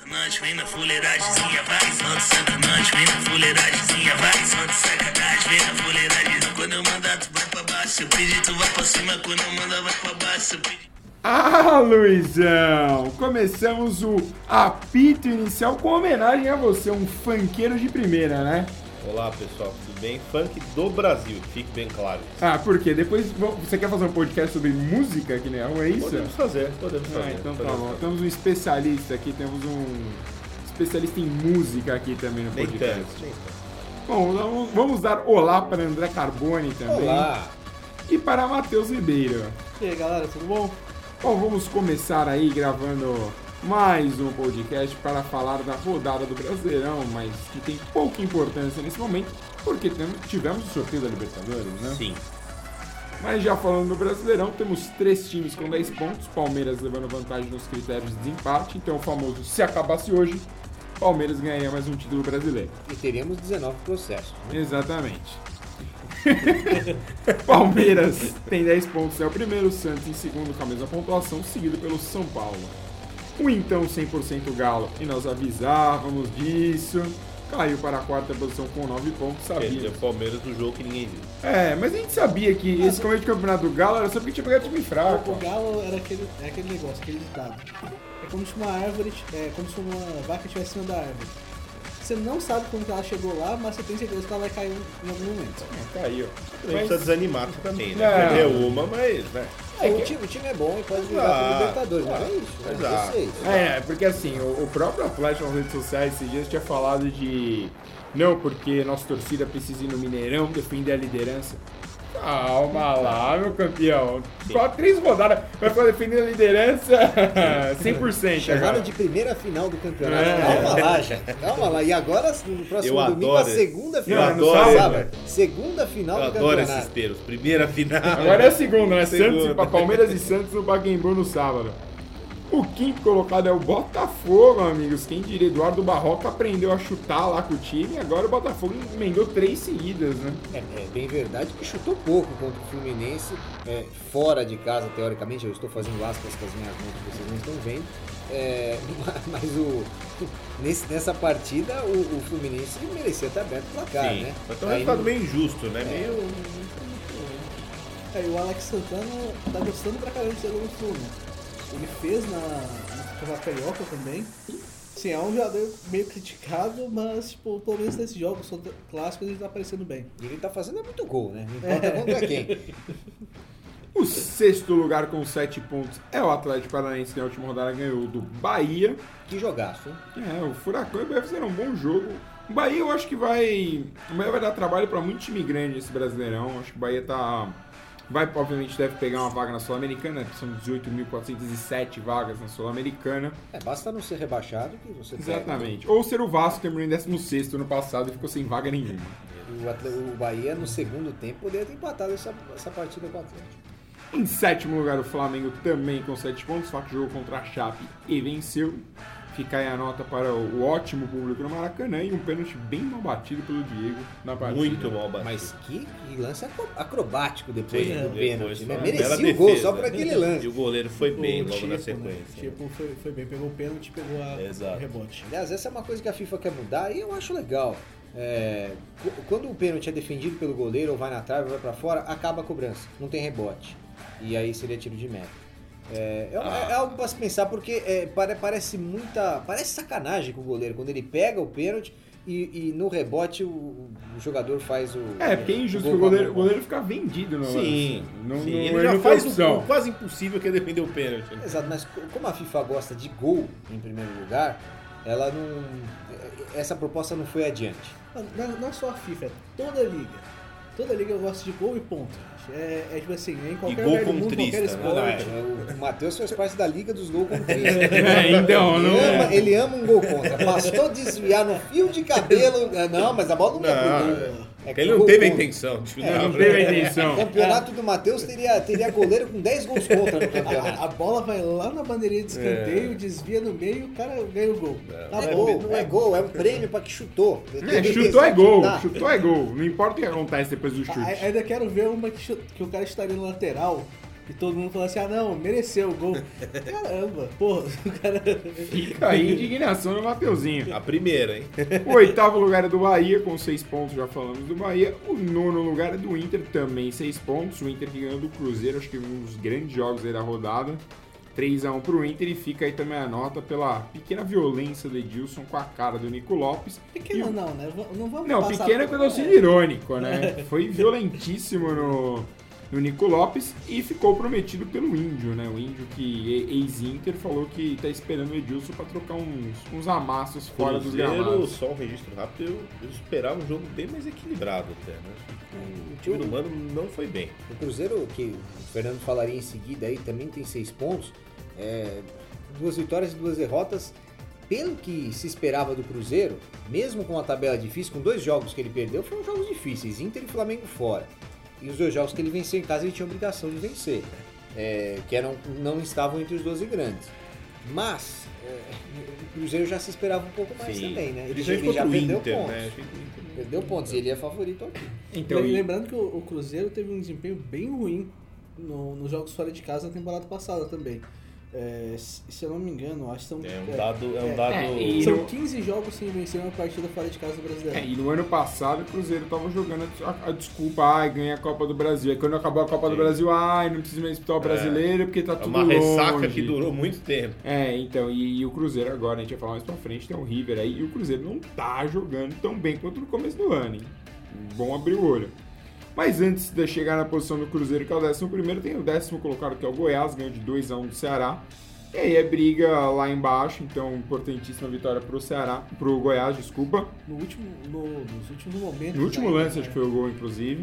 sacanagem, vem na fuleiragemzinha, vai. Só de sacanagem, vem na fuleiragemzinha, vai. Só de sacanagem, vem na fuleiragemzinha. Quando eu mandar, tu vai pra baixo. Se eu pedir, tu vai pra cima. Quando eu mandar, vai pra baixo. Se eu pedir... Ah, Luizão! Começamos o apito inicial com homenagem a você, um funkeiro de primeira, né? Olá, pessoal, tudo bem? Funk do Brasil, fique bem claro. Ah, por quê? Depois você quer fazer um podcast sobre música aqui, né? É isso? Podemos fazer. Então tá bom. Temos um especialista aqui, temos um especialista em música aqui também no podcast. Nem tanto. Bom, vamos dar olá para André Carboni também. Olá! E para Matheus Ribeiro. E aí, galera, tudo bom? Bom, vamos começar aí gravando mais um podcast para falar da rodada do Brasileirão, mas que tem pouca importância nesse momento, porque tivemos o sorteio da Libertadores, né? Sim. Mas já falando do Brasileirão, temos 3 times com 10 pontos, Palmeiras levando vantagem nos critérios de desempate, então o famoso se acabasse hoje, Palmeiras ganharia mais um título brasileiro. E teríamos 19 processos. Né? Exatamente. Palmeiras tem 10 pontos, é o primeiro, Santos em segundo com a mesma pontuação, seguido pelo São Paulo. O então 100% Galo, e nós avisávamos disso, caiu para a quarta posição com 9 pontos, sabia. O Palmeiras do jogo que ninguém viu. Mas a gente sabia que esse começo de campeonato do Galo era só porque tinha pegado time fraco. O Galo era aquele negócio, aquele ditado. É como se uma árvore, como se uma vaca estivesse em cima da árvore. Você não sabe como que ela chegou lá, mas você tem certeza que ela vai cair em algum momento. Caiu. Não precisa desanimar também, né? Não. Perdeu uma, mas... né? O time é bom e pode brigar pelo Libertadores, mas é isso. Né? Exato. Vocês. Porque assim, o próprio Atlético nas redes sociais esses dias tinha falado de... Não, porque nossa torcida precisa ir no Mineirão defender a liderança. Calma lá, meu campeão. Só 3 rodadas vai ficar defendendo a liderança 100%. Chamada agora. de primeira final do campeonato. Calma lá, gente. Calma lá. E agora, no próximo domingo, a segunda final. Eu adoro. Sábado. Segunda final Eu do adoro campeonato. esses termos. Primeira final. Agora é a segunda, né? Segunda. Santos, Palmeiras e Santos no Pacaembu no sábado. O quinto colocado é o Botafogo, amigos. Quem diria, Eduardo Barroca aprendeu a chutar lá com o time e agora o Botafogo emendou 3 seguidas, né? É bem verdade que chutou pouco contra o Fluminense, fora de casa, teoricamente. Eu estou fazendo aspas com as minhas mãos que vocês não estão vendo. Mas nessa partida o Fluminense merecia estar aberto o placar, Sim. né? Mas um resultado meio injusto, né? E o Alex Santana tá gostando pra caramba de ser gol no Fluminense. Ele fez na Carioca também. Sim, é um jogador meio criticado, mas tipo, pelo menos nesses jogos clássicos ele tá aparecendo bem. E ele tá fazendo muito gol, né? Não importa contra quem. O sexto lugar com 7 pontos é o Atlético Paranaense, que na última rodada ganhou do Bahia. Que jogaço, hein? O Furacão e o Bahia fizeram um bom jogo. O Bahia eu acho que vai dar trabalho para muito time grande esse Brasileirão. Acho que o Bahia obviamente deve pegar uma vaga na Sul-Americana, são 18.407 vagas na Sul-Americana. Basta não ser rebaixado que você Exatamente. Ou ser o Vasco, que terminou em 16º ano passado e ficou sem vaga nenhuma. O Bahia no segundo tempo poderia ter empatado essa partida com o Atlético. Em sétimo lugar, o Flamengo também com 7 pontos, só que jogou contra a Chape e venceu. Fica aí a nota para o ótimo público no Maracanã e um pênalti bem mal batido pelo Diego na partida. Muito mal batido. Mas que lance acrobático depois do pênalti, né? Uma Merecia bela o gol defesa, só por né? aquele lance. E o goleiro foi bem logo Chico, na né? sequência. Tipo, foi bem, pegou o pênalti e pegou o rebote. Aliás, essa é uma coisa que a FIFA quer mudar e eu acho legal. Quando o pênalti é defendido pelo goleiro ou vai na trave ou vai pra fora, acaba a cobrança, não tem rebote. E aí seria tiro de meta. É algo pra se pensar, porque parece sacanagem com o goleiro quando ele pega o pênalti e no rebote o jogador faz o. Porque é injusto que o goleiro fica vendido no Sim, lance. sim. Ele já faz o quase impossível que é defender o pênalti. Né? Exato, mas como a FIFA gosta de gol em primeiro lugar, ela não. Essa proposta não foi adiante. Não é só a FIFA, é toda a liga. Toda liga eu gosto de gol e ponto. Tipo assim, em qualquer lugar do mundo, qualquer esporte. O Matheus faz parte da liga dos gols contristas. Ele ama um gol contra. Bastou desviar no fio de cabelo. Não, mas a bola não é pro gol. Ele não teve a intenção. Não teve a intenção. O campeonato do Matheus teria goleiro com 10 gols contra no campeonato. A bola vai lá na bandeirinha de escanteio, desvia no meio, o cara ganha o gol. Não é gol, é um prêmio pra que chutou. Chutou é gol, chutou é gol. Não importa o que acontece depois do chute. Ainda quero ver uma que o cara estaria no lateral E todo mundo falou assim, não, mereceu o gol. Caramba, porra, o cara... Fica aí a indignação do Mateuzinho. A primeira, hein? O 8º lugar é do Bahia, com 6 pontos, já falamos do Bahia. O 9º lugar é do Inter, também 6 pontos. O Inter que ganhou do Cruzeiro, acho que um dos grandes jogos aí da rodada. 3-1 pro Inter e fica aí também a nota pela pequena violência do Edilson com a cara do Nico Lopes. Pequena não, né? Não vamos Não, passar pequena por- quando eu sendo irônico, né? Foi violentíssimo no Nico Lopes e ficou prometido pelo Índio, né? O Índio que ex-Inter falou que tá esperando o Edilson pra trocar uns amassos fora dos Cruzeiro, gramados. só um registro rápido, eu esperava um jogo bem mais equilibrado até, né? O time do Mano não foi bem. O Cruzeiro, que o Fernando falaria em seguida, aí também tem 6 pontos. 2 vitórias e 2 derrotas. Pelo que se esperava do Cruzeiro, mesmo com uma tabela difícil, com 2 jogos que ele perdeu, foram jogos difíceis, Inter e Flamengo fora. E os 2 jogos que ele venceu em casa, ele tinha obrigação de vencer, que não estavam entre os 12 grandes. Mas o Cruzeiro já se esperava um pouco mais também, né? Ele já contra o perdeu Inter, pontos. né? Achei que o Inter não- Perdeu pontos, e ele é favorito aqui. Então, Lembrando que o Cruzeiro teve um desempenho bem ruim nos jogos fora de casa na temporada passada também. Se eu não me engano, acho que são... É um dado... e São no- 15 jogos sem vencer uma partida fora de casa do Brasileiro. e no ano passado o Cruzeiro tava jogando a desculpa, ganha a Copa do Brasil. Aí quando acabou a Copa do Brasil, não precisa mais disputar o brasileiro porque tá É tudo uma ressaca longe. que durou muito tempo. Então, e o Cruzeiro agora, a gente vai falar mais pra frente, tem o River aí, e o Cruzeiro não tá jogando tão bem quanto no começo do ano, hein? Bom abrir o olho. Mas antes de chegar na posição do Cruzeiro, que é o 11º, tem o 10º colocado, que é o Goiás, ganhou de 2-1 do Ceará. E aí é briga lá embaixo, então importantíssima vitória pro Goiás, desculpa. Nos últimos momentos... No último né, lance, acho que foi o gol, inclusive.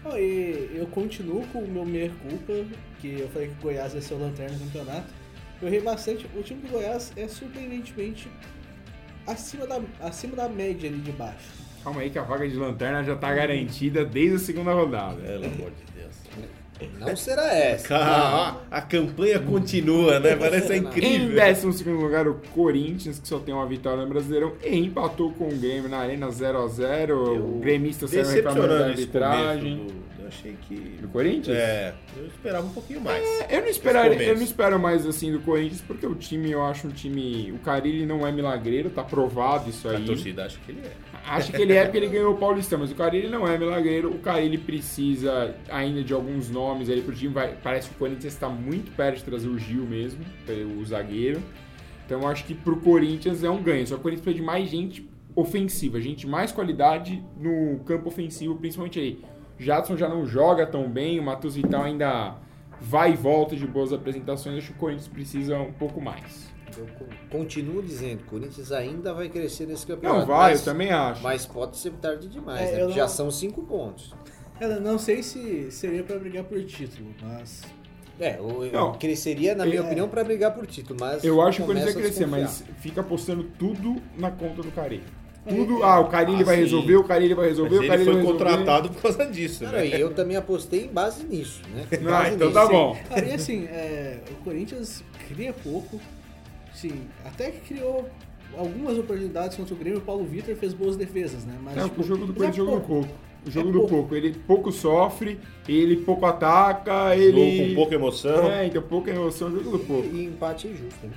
E eu continuo com o meu meia-culpa, que eu falei que o Goiás ia ser o lanterna do campeonato. Eu errei bastante. O time do Goiás é surpreendentemente acima da média ali de baixo. Calma aí que a vaga de lanterna já tá garantida desde a segunda rodada. Pelo amor de Deus. Não será essa. A campanha continua, né? Parece Em incrível. 12º lugar, o Corinthians, que só tem uma vitória no Brasileirão, e empatou com o Grêmio na Arena 0-0. O gremista saiu reclamando da Decepcionante esse arbitragem. começo eu achei que... Do Corinthians? Eu esperava um pouquinho mais. Eu não espero mais assim do Corinthians, porque o time, eu acho um time... O Carille não é milagreiro, tá provado isso A aí. torcida acha que ele é. Acho que ele é porque ele ganhou o Paulistão, mas o Carille não é milagreiro. O Carille precisa ainda de alguns nomes aí pro time. Parece que o Corinthians está muito perto de trazer o Gil mesmo, o zagueiro. Então eu acho que pro Corinthians é um ganho. Só que o Corinthians precisa de mais gente ofensiva, gente mais qualidade no campo ofensivo, principalmente aí. O Jadson já não joga tão bem, o Matheus Vital ainda vai e volta de boas apresentações. Acho que o Corinthians precisa um pouco mais. Eu continuo dizendo, o Corinthians ainda vai crescer nesse campeonato. Não, vai, mas, eu também acho. Mas pode ser tarde demais, É, né? eu Já não- são 5 pontos. Eu não sei se seria pra brigar por título, mas... Não. Cresceria, na minha opinião, para brigar por título, mas Eu acho que o Corinthians vai começa a crescer, desconfiar. mas fica apostando tudo na conta do Carille. Tudo, o Carille vai sim. resolver, o Carille vai resolver, Mas o ele Carille foi vai resolver. contratado por causa disso, Não, né? e eu também apostei em base nisso, né? Ah, Base então nisso. tá bom. E assim, o Corinthians cria pouco, sim, até que criou algumas oportunidades contra o Grêmio. O Paulo Vitor fez boas defesas, né? Mas, Não, tipo, o jogo do mas Corinthians é o jogo do pouco. O jogo É do pouco. pouco. Ele pouco sofre, ele pouco ataca, Jogo ele... com pouca emoção. Então pouca emoção, jogo do pouco. E empate é justo, né?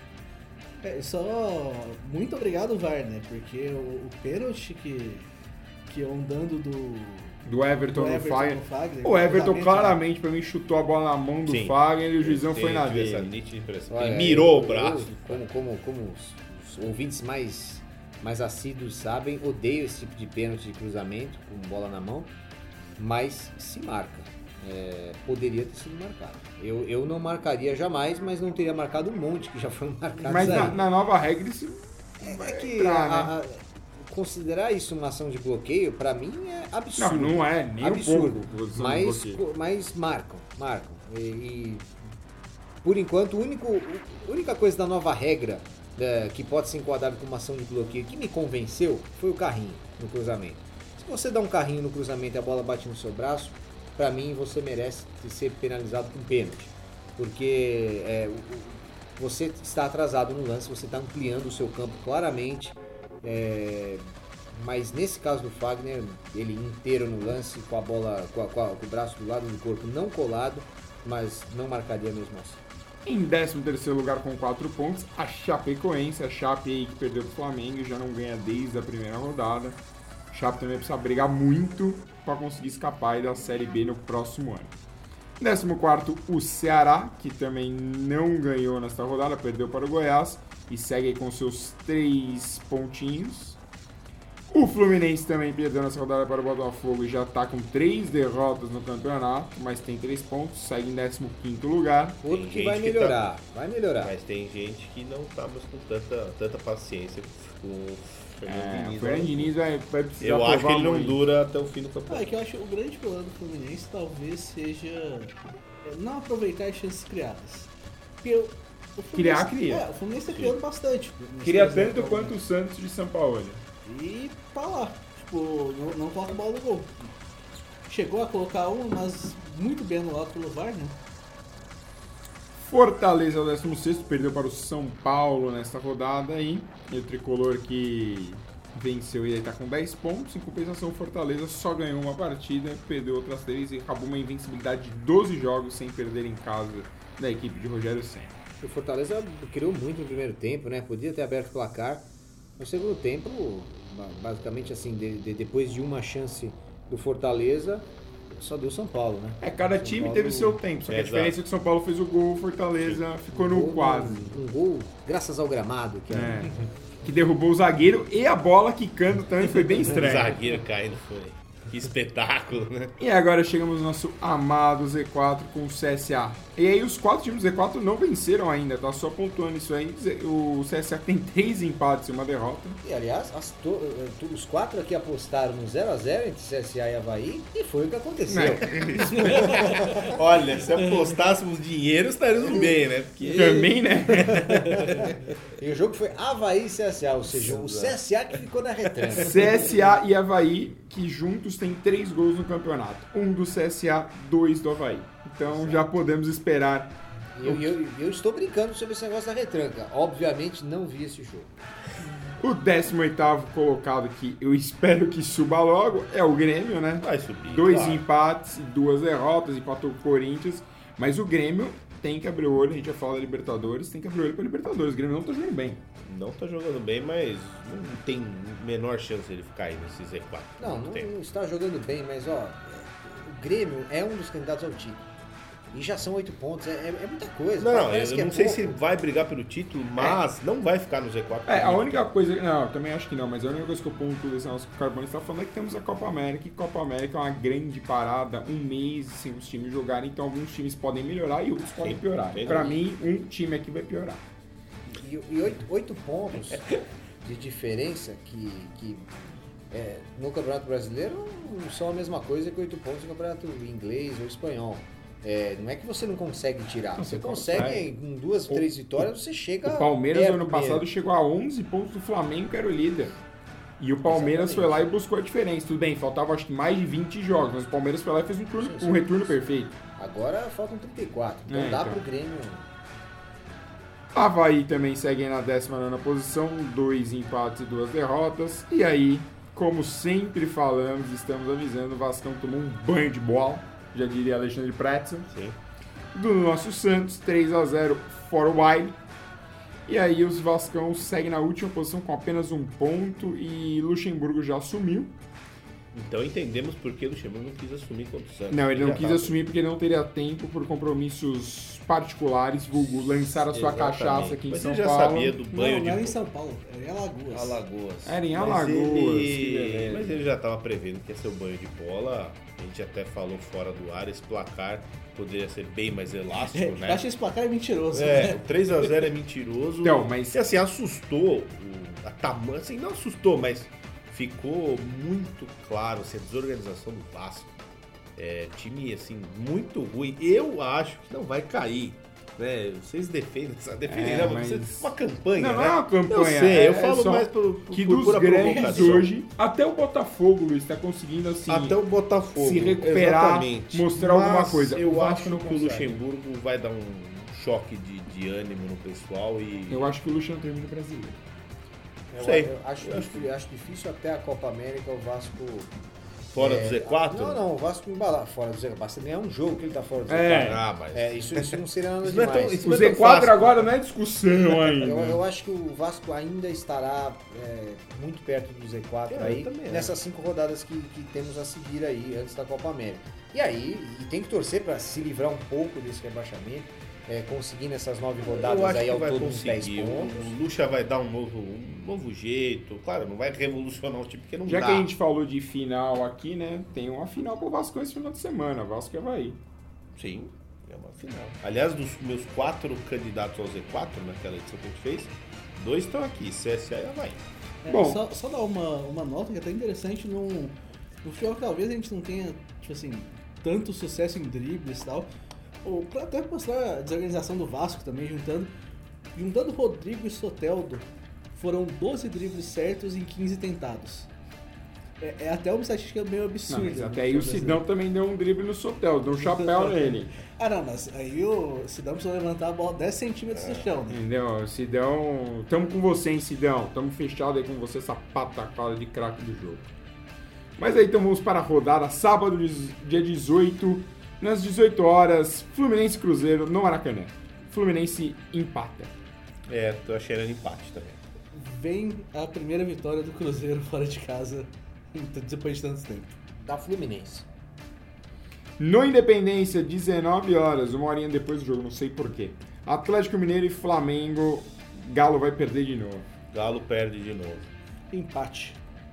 Só muito obrigado, VAR, né? Porque o pênalti que eu andando Do Everton no Fagner. no Fagner, O Everton cruzamento, claramente, pra mim, chutou a bola na mão do Sim. Fagner e o juizão foi na Tive essa dele. nítida impressão. Olha, Ele mirou o eu- braço. Como os ouvintes mais assíduos sabem, odeio esse tipo de pênalti de cruzamento com bola na mão, mas se marca. Poderia ter sido marcado. Eu não marcaria jamais, mas não teria marcado um monte que já foram marcados Mas aí. na nova regra isso É vai que entrar, né? considerar isso uma ação de bloqueio, pra mim, é absurdo. Não é, nem absurdo. um pouco. posição de bloqueio. Mas marcam. E por enquanto, a única coisa da nova regra que pode ser enquadrada como uma ação de bloqueio que me convenceu foi o carrinho no cruzamento. Se você dá um carrinho no cruzamento e a bola bate no seu braço, pra mim você merece ser penalizado com pênalti. Porque você está atrasado no lance, você está ampliando o seu campo claramente. Mas nesse caso do Fagner, ele inteiro no lance, com a bola, com o braço do lado do corpo não colado, mas não marcaria mesmo assim. Em 13º lugar com 4 pontos, a Chapecoense, a Chape aí que perdeu pro Flamengo e já não ganha desde a primeira rodada. A Chape também precisa brigar muito para conseguir escapar aí da Série B no próximo ano. Em 14º, o Ceará, que também não ganhou nesta rodada, perdeu para o Goiás e segue aí com seus 3 pontinhos. O Fluminense também perdeu nessa rodada para o Botafogo e já está com 3 derrotas no campeonato, mas tem 3 pontos, segue em 15º lugar. Outro que gente vai que melhorar, vai melhorar. Mas tem gente que não tá mais com tanta paciência com o Fernando O Diniz. Fernando Diniz vai precisar Eu acho que provar ele não muito. dura até o fim do É campeonato. que eu acho que o grande problema do Fluminense talvez seja não aproveitar as chances criadas. Porque o Fluminense, Cria. o Fluminense tá criando bastante. nesse Queria presente tanto atualmente. quanto o Santos de São Paulo. E tá lá. Tipo, não coloca a bola no gol. Chegou a colocar uma, mas muito bem anulado pelo VAR, né? Fortaleza, o 16º, perdeu para o São Paulo nesta rodada aí. E o Tricolor que venceu e está com 10 pontos. Em compensação, o Fortaleza só ganhou uma partida, perdeu outras 3 e acabou uma invencibilidade de 12 jogos sem perder em casa da equipe de Rogério Ceni. O Fortaleza criou muito no primeiro tempo, né? Podia ter aberto o placar. No segundo tempo, basicamente assim, depois de uma chance do Fortaleza, só deu São Paulo, né? Cada São time Paulo- teve seu tempo, só que a Exato. diferença é que o São Paulo fez o gol, o Fortaleza ficou no gol, quase. Um gol graças ao gramado, que É, que derrubou o zagueiro e a bola quicando também foi bem O estranho. zagueiro caindo foi. Que espetáculo, né? E agora chegamos no nosso amado Z4 com o CSA. E aí os 4 times do Z4 não venceram ainda, tá só pontuando isso aí. O CSA tem 3 empates e uma derrota. E aliás, os 4 aqui apostaram no 0x0 entre CSA e Avaí e foi o que aconteceu. Olha, se apostássemos dinheiro, estaríamos bem, né? Porque Também, né? E o jogo foi Avaí e CSA, ou seja, o CSA que ficou na retranca. CSA e Avaí, que juntos têm 3 gols no campeonato. 1 do CSA, 2 do Avaí. Então já podemos esperar. E eu estou brincando sobre esse negócio da retranca. Obviamente não vi esse jogo. O 18º colocado, que eu espero que suba logo, é o Grêmio, né? vai subir. 2 claro. empates e 2 derrotas, empatou o Corinthians. Mas o Grêmio tem que abrir o olho, a gente já fala da Libertadores, tem que abrir o olho pra Libertadores. O Grêmio não tá jogando bem. Não tá jogando bem, mas não tem menor chance de ele ficar aí nesse Z4. Não tem. está jogando bem, mas ó, o Grêmio é um dos candidatos ao título. E já são 8 pontos, é muita coisa. Não, Parece eu que não é sei pouco. se vai brigar pelo título, mas não vai ficar no Z4. A única coisa. Não, eu também acho que não, mas a única coisa que eu pontuo desse nosso Carbone está falando é que temos a Copa América, e Copa América é uma grande parada, um mês sem os times jogarem, então alguns times podem melhorar e outros podem piorar. entendi. Pra mim, um time aqui vai piorar. E 8 pontos de diferença que no Campeonato Brasileiro não são a mesma coisa que 8 pontos no Campeonato Inglês ou Espanhol. Não é que você não consegue tirar, Não, você você consegue, consegue. com 2, 3 vitórias, você chega. O Palmeiras, perto no ano passado, mesmo. chegou a 11 pontos do Flamengo, que era o líder. E o Palmeiras foi lá e buscou a diferença. Tudo bem, faltava acho que mais de 20 jogos, mas o Palmeiras foi lá e fez um retorno perfeito. Agora faltam 34, então dá então. pro Grêmio. Avaí também segue na 19ª posição, 2 empates e 2 derrotas. E aí, como sempre falamos, estamos avisando, o Vascão tomou um banho de bola, já diria Alexandre Pretzel. Sim. Do nosso Santos, 3-0 for a while. E aí os Vascão seguem na última posição com apenas 1 ponto e Luxemburgo já assumiu. Então entendemos por que o Luxemburgo não quis assumir contra o Santos. Não, ele não Já quis tava- assumir porque ele não teria tempo por compromissos particulares, vulgo lançar a sua Exatamente. cachaça aqui em Mas São ele já Paulo. sabia do banho Não, de não era em São Paulo, era em Alagoas. Alagoas. Era em Mas Alagoas, que ele... beleza. Mas ele já estava prevendo que ia ser o banho de bola. A gente até falou fora do ar, esse placar poderia ser bem mais elástico, Eu né? acho esse placar mentiroso. É, né? o 3-0 é mentiroso. Então, mas- E assim, assustou a tamanho. Assim, não assustou, mas ficou muito claro assim, a desorganização do Vasco. Time assim, muito ruim. Eu acho que não vai cair. Né? Vocês defendem, não, mas- vocês- uma campanha. Não, né? não é uma campanha. Eu sei, eu é falo só mais por que por dos pura grandes provocação. hoje, até o Botafogo, Luiz, está conseguindo assim Até o Botafogo se recuperar, exatamente. mostrar Mas alguma coisa. O Eu Vasco acho não que o consegue. Luxemburgo vai dar um choque de ânimo no pessoal e. Eu acho que o Luxemburgo termina o brasileiro. Eu Sei. acho difícil até a Copa América o Vasco Fora do Z4? Não, o Vasco embalar fora do Z4. Basta ganhar um jogo que ele tá fora do Z4. Ah, mas... Isso não seria nada Isso não é tão- demais. isso O não é tão Z4 fácil. agora não é discussão ainda. Eu acho que o Vasco ainda estará muito perto do Z4 Eu aí, também acho. nessas 5 rodadas que temos a seguir aí, antes da Copa América. E aí, tem que torcer para se livrar um pouco desse rebaixamento, conseguindo essas 9 rodadas Eu acho aí que ao vai todo uns 10 conseguir. pontos. O Lucha vai dar um novo jeito. Claro, não vai revolucionar o time, porque não Já dá. que a gente falou de final aqui, né? Tem uma final pro Vasco esse final de semana. Vasco e Avaí. Sim, é uma final. Aliás, dos meus 4 candidatos ao Z4, naquela edição que a gente fez, 2 estão aqui, CSA e Avaí. Bom. Só dar uma nota que é até interessante no futebol que talvez a gente não tenha, tipo assim, tanto sucesso em dribles e tal. Ou pra até mostrar a desorganização do Vasco também, juntando Rodrigo e Soteldo, foram 12 dribles certos em 15 tentados. É até uma estatística meio Não, absurda. mas no até aí o futebol Sidão também deu um drible no Sotel, deu um chapéu nele. Não, mas aí o Sidão precisa levantar a bola 10 centímetros do chão, né? Entendeu? Sidão, tamo com você, hein, Sidão? Tamo fechado aí com você, essa patacada de craque do jogo. Mas aí então vamos para a rodada, sábado, dia 18, nas 18 horas, Fluminense e Cruzeiro no Maracanã. Fluminense empata. Tô achando empate também. Vem a primeira vitória do Cruzeiro fora de casa depois de tanto tempo. Da Fluminense. No Independência, 19 horas, uma horinha depois do jogo, não sei porquê. Atlético Mineiro e Flamengo, Galo vai perder de novo. Galo perde de novo. Empate.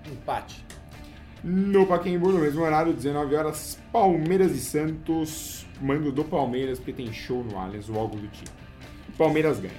No Pacaembu, no mesmo horário, 19 horas, Palmeiras e Santos. Mando do Palmeiras, porque tem show no Allianz, logo do time. Palmeiras ganha.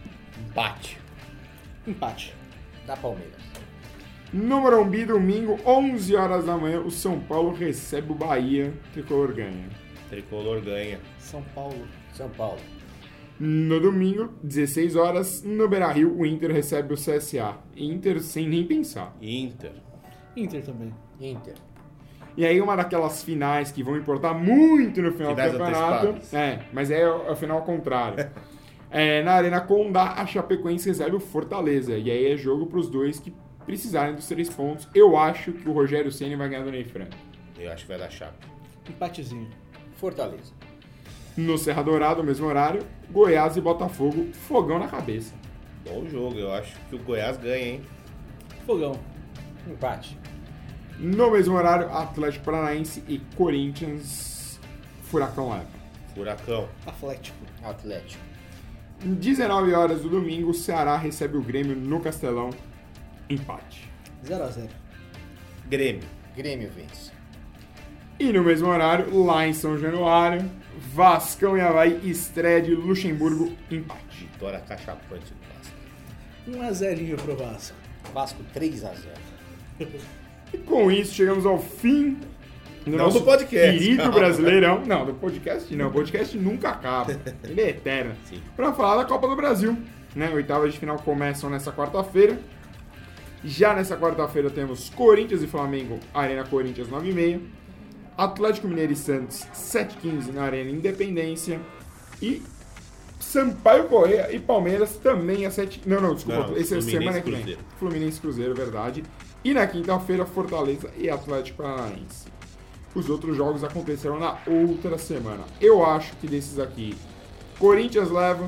Empate. Da Palmeiras. No Morumbi, domingo, 11 horas da manhã, o São Paulo recebe o Bahia. Tricolor ganha. Tricolor ganha. São Paulo. São Paulo. No domingo, 16 horas, no Beira-Rio, o Inter recebe o CSA. Inter sem nem pensar. Inter também. Inter. E aí uma daquelas finais que vão importar muito no final Finais do campeonato. antecipadas. Mas é o final ao contrário. Na Arena Condá, a Chapecoense recebe o Fortaleza. E aí é jogo pros dois que precisarem dos 3 pontos. Eu acho que o Rogério Ceni vai ganhar do Ney Franco. Eu acho que vai dar Chape. Empatezinho. Fortaleza. No Serra Dourada, mesmo horário, Goiás e Botafogo, fogão na cabeça. Bom jogo, eu acho que o Goiás ganha, hein? Fogão. Empate. No mesmo horário, Atlético Paranaense e Corinthians, Furacão leva. Furacão. Atlético. Atlético. 19 horas do domingo, o Ceará recebe o Grêmio no Castelão, empate. 0x0. Grêmio. Grêmio vence. E no mesmo horário, lá em São Januário, Vascão e Avaí, estreia de Luxemburgo, empate. Vitória cachapante do Vasco. 1x0 pro Vasco. Vasco 3x0. E com isso, chegamos ao fim do Não do podcast. querido Calma. Brasileirão. Não, do podcast não. O podcast nunca acaba. Ele é eterno. Sim. Pra falar da Copa do Brasil. Né? Oitavas de final começam nessa quarta-feira. Já nessa quarta-feira temos Corinthians e Flamengo, Arena Corinthians 9h30. Atlético Mineiro e Santos, 7h15 na Arena Independência. E Sampaio Corrêa e Palmeiras também às 7h. Não, desculpa. Não, Esse é Fluminense semana que vem. Cruzeiro. Fluminense Cruzeiro, verdade. E na quinta-feira, Fortaleza e Atlético Paranaense. Os outros jogos acontecerão na outra semana. Eu acho que desses aqui, Corinthians leva.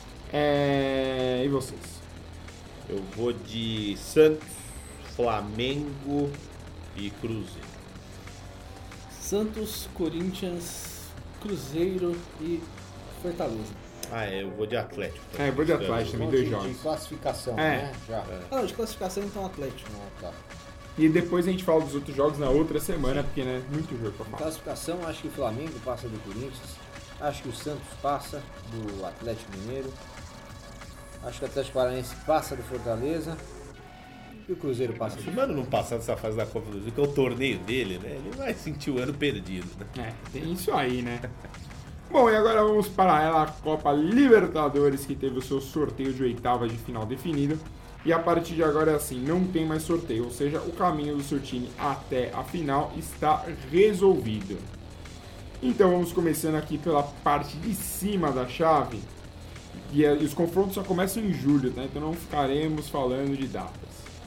E vocês? Eu vou de Santos, Flamengo e Cruzeiro. Santos, Corinthians, Cruzeiro e Fortaleza. Eu vou de Atlético. Eu vou de Atlético também, 2 De jogos. classificação, É. né? Já. Ah, de classificação então Atlético. Tá. E depois a gente fala dos outros jogos na outra semana, porque, né, muito jogo pra falar. Classificação, acho que o Flamengo passa do Corinthians. Acho que o Santos passa do Atlético Mineiro. Acho que o Atlético Paranaense passa do Fortaleza. E o Cruzeiro passa Se do o Mano não passar dessa fase da Copa do Brasil, que é o torneio dele, né? Ele vai sentir o ano perdido, né? Tem isso aí, né? Bom, e agora vamos para ela, a Copa Libertadores, que teve o seu sorteio de oitavas de final definido. E a partir de agora é assim, não tem mais sorteio, ou seja, o caminho do seu time até a final está resolvido. Então vamos começando aqui pela parte de cima da chave. E os confrontos só começam em julho, tá? Então não ficaremos falando de datas.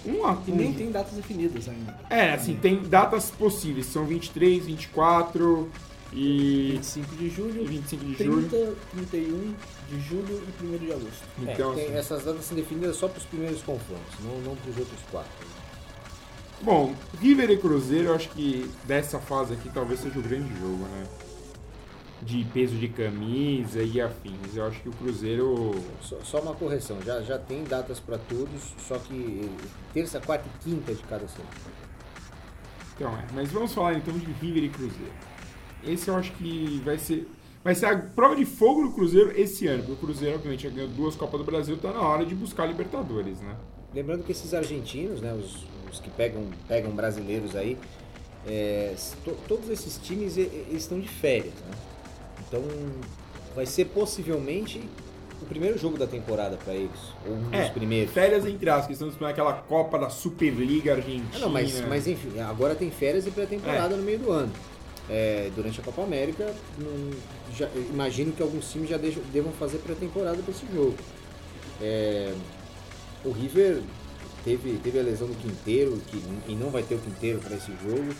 E nem tem datas definidas ainda. Assim, tem datas possíveis, são 23, 24 e 25 de julho, 25 de 30, julho. 31 de julho e 1º de agosto. Então, tem assim, essas datas são definidas só para os primeiros confrontos, não para os outros 4. bom, River e Cruzeiro, eu acho que dessa fase aqui talvez seja o grande jogo, né? De peso de camisa e afins. Eu acho que o Cruzeiro... Só uma correção, já tem datas para todos, só que terça, quarta e quinta de cada semana. Então, mas vamos falar então de River e Cruzeiro. Esse eu acho que vai ser a prova de fogo do Cruzeiro esse ano, porque o Cruzeiro, obviamente, já ganhou 2 Copas do Brasil, tá na hora de buscar a Libertadores, né? Lembrando que esses argentinos, né, os que pegam brasileiros aí, todos esses times eles estão de férias, né? Então vai ser possivelmente o primeiro jogo da temporada para eles, ou um dos primeiros. Férias entre aspas, que estão disputando aquela Copa da Superliga Argentina. Não, mas enfim, agora tem férias e pré-temporada no meio do ano. Durante a Copa América, imagino que alguns times já devam fazer pré-temporada para esse jogo. O River teve a lesão do Quinteiro, e não vai ter o Quinteiro para esse jogo.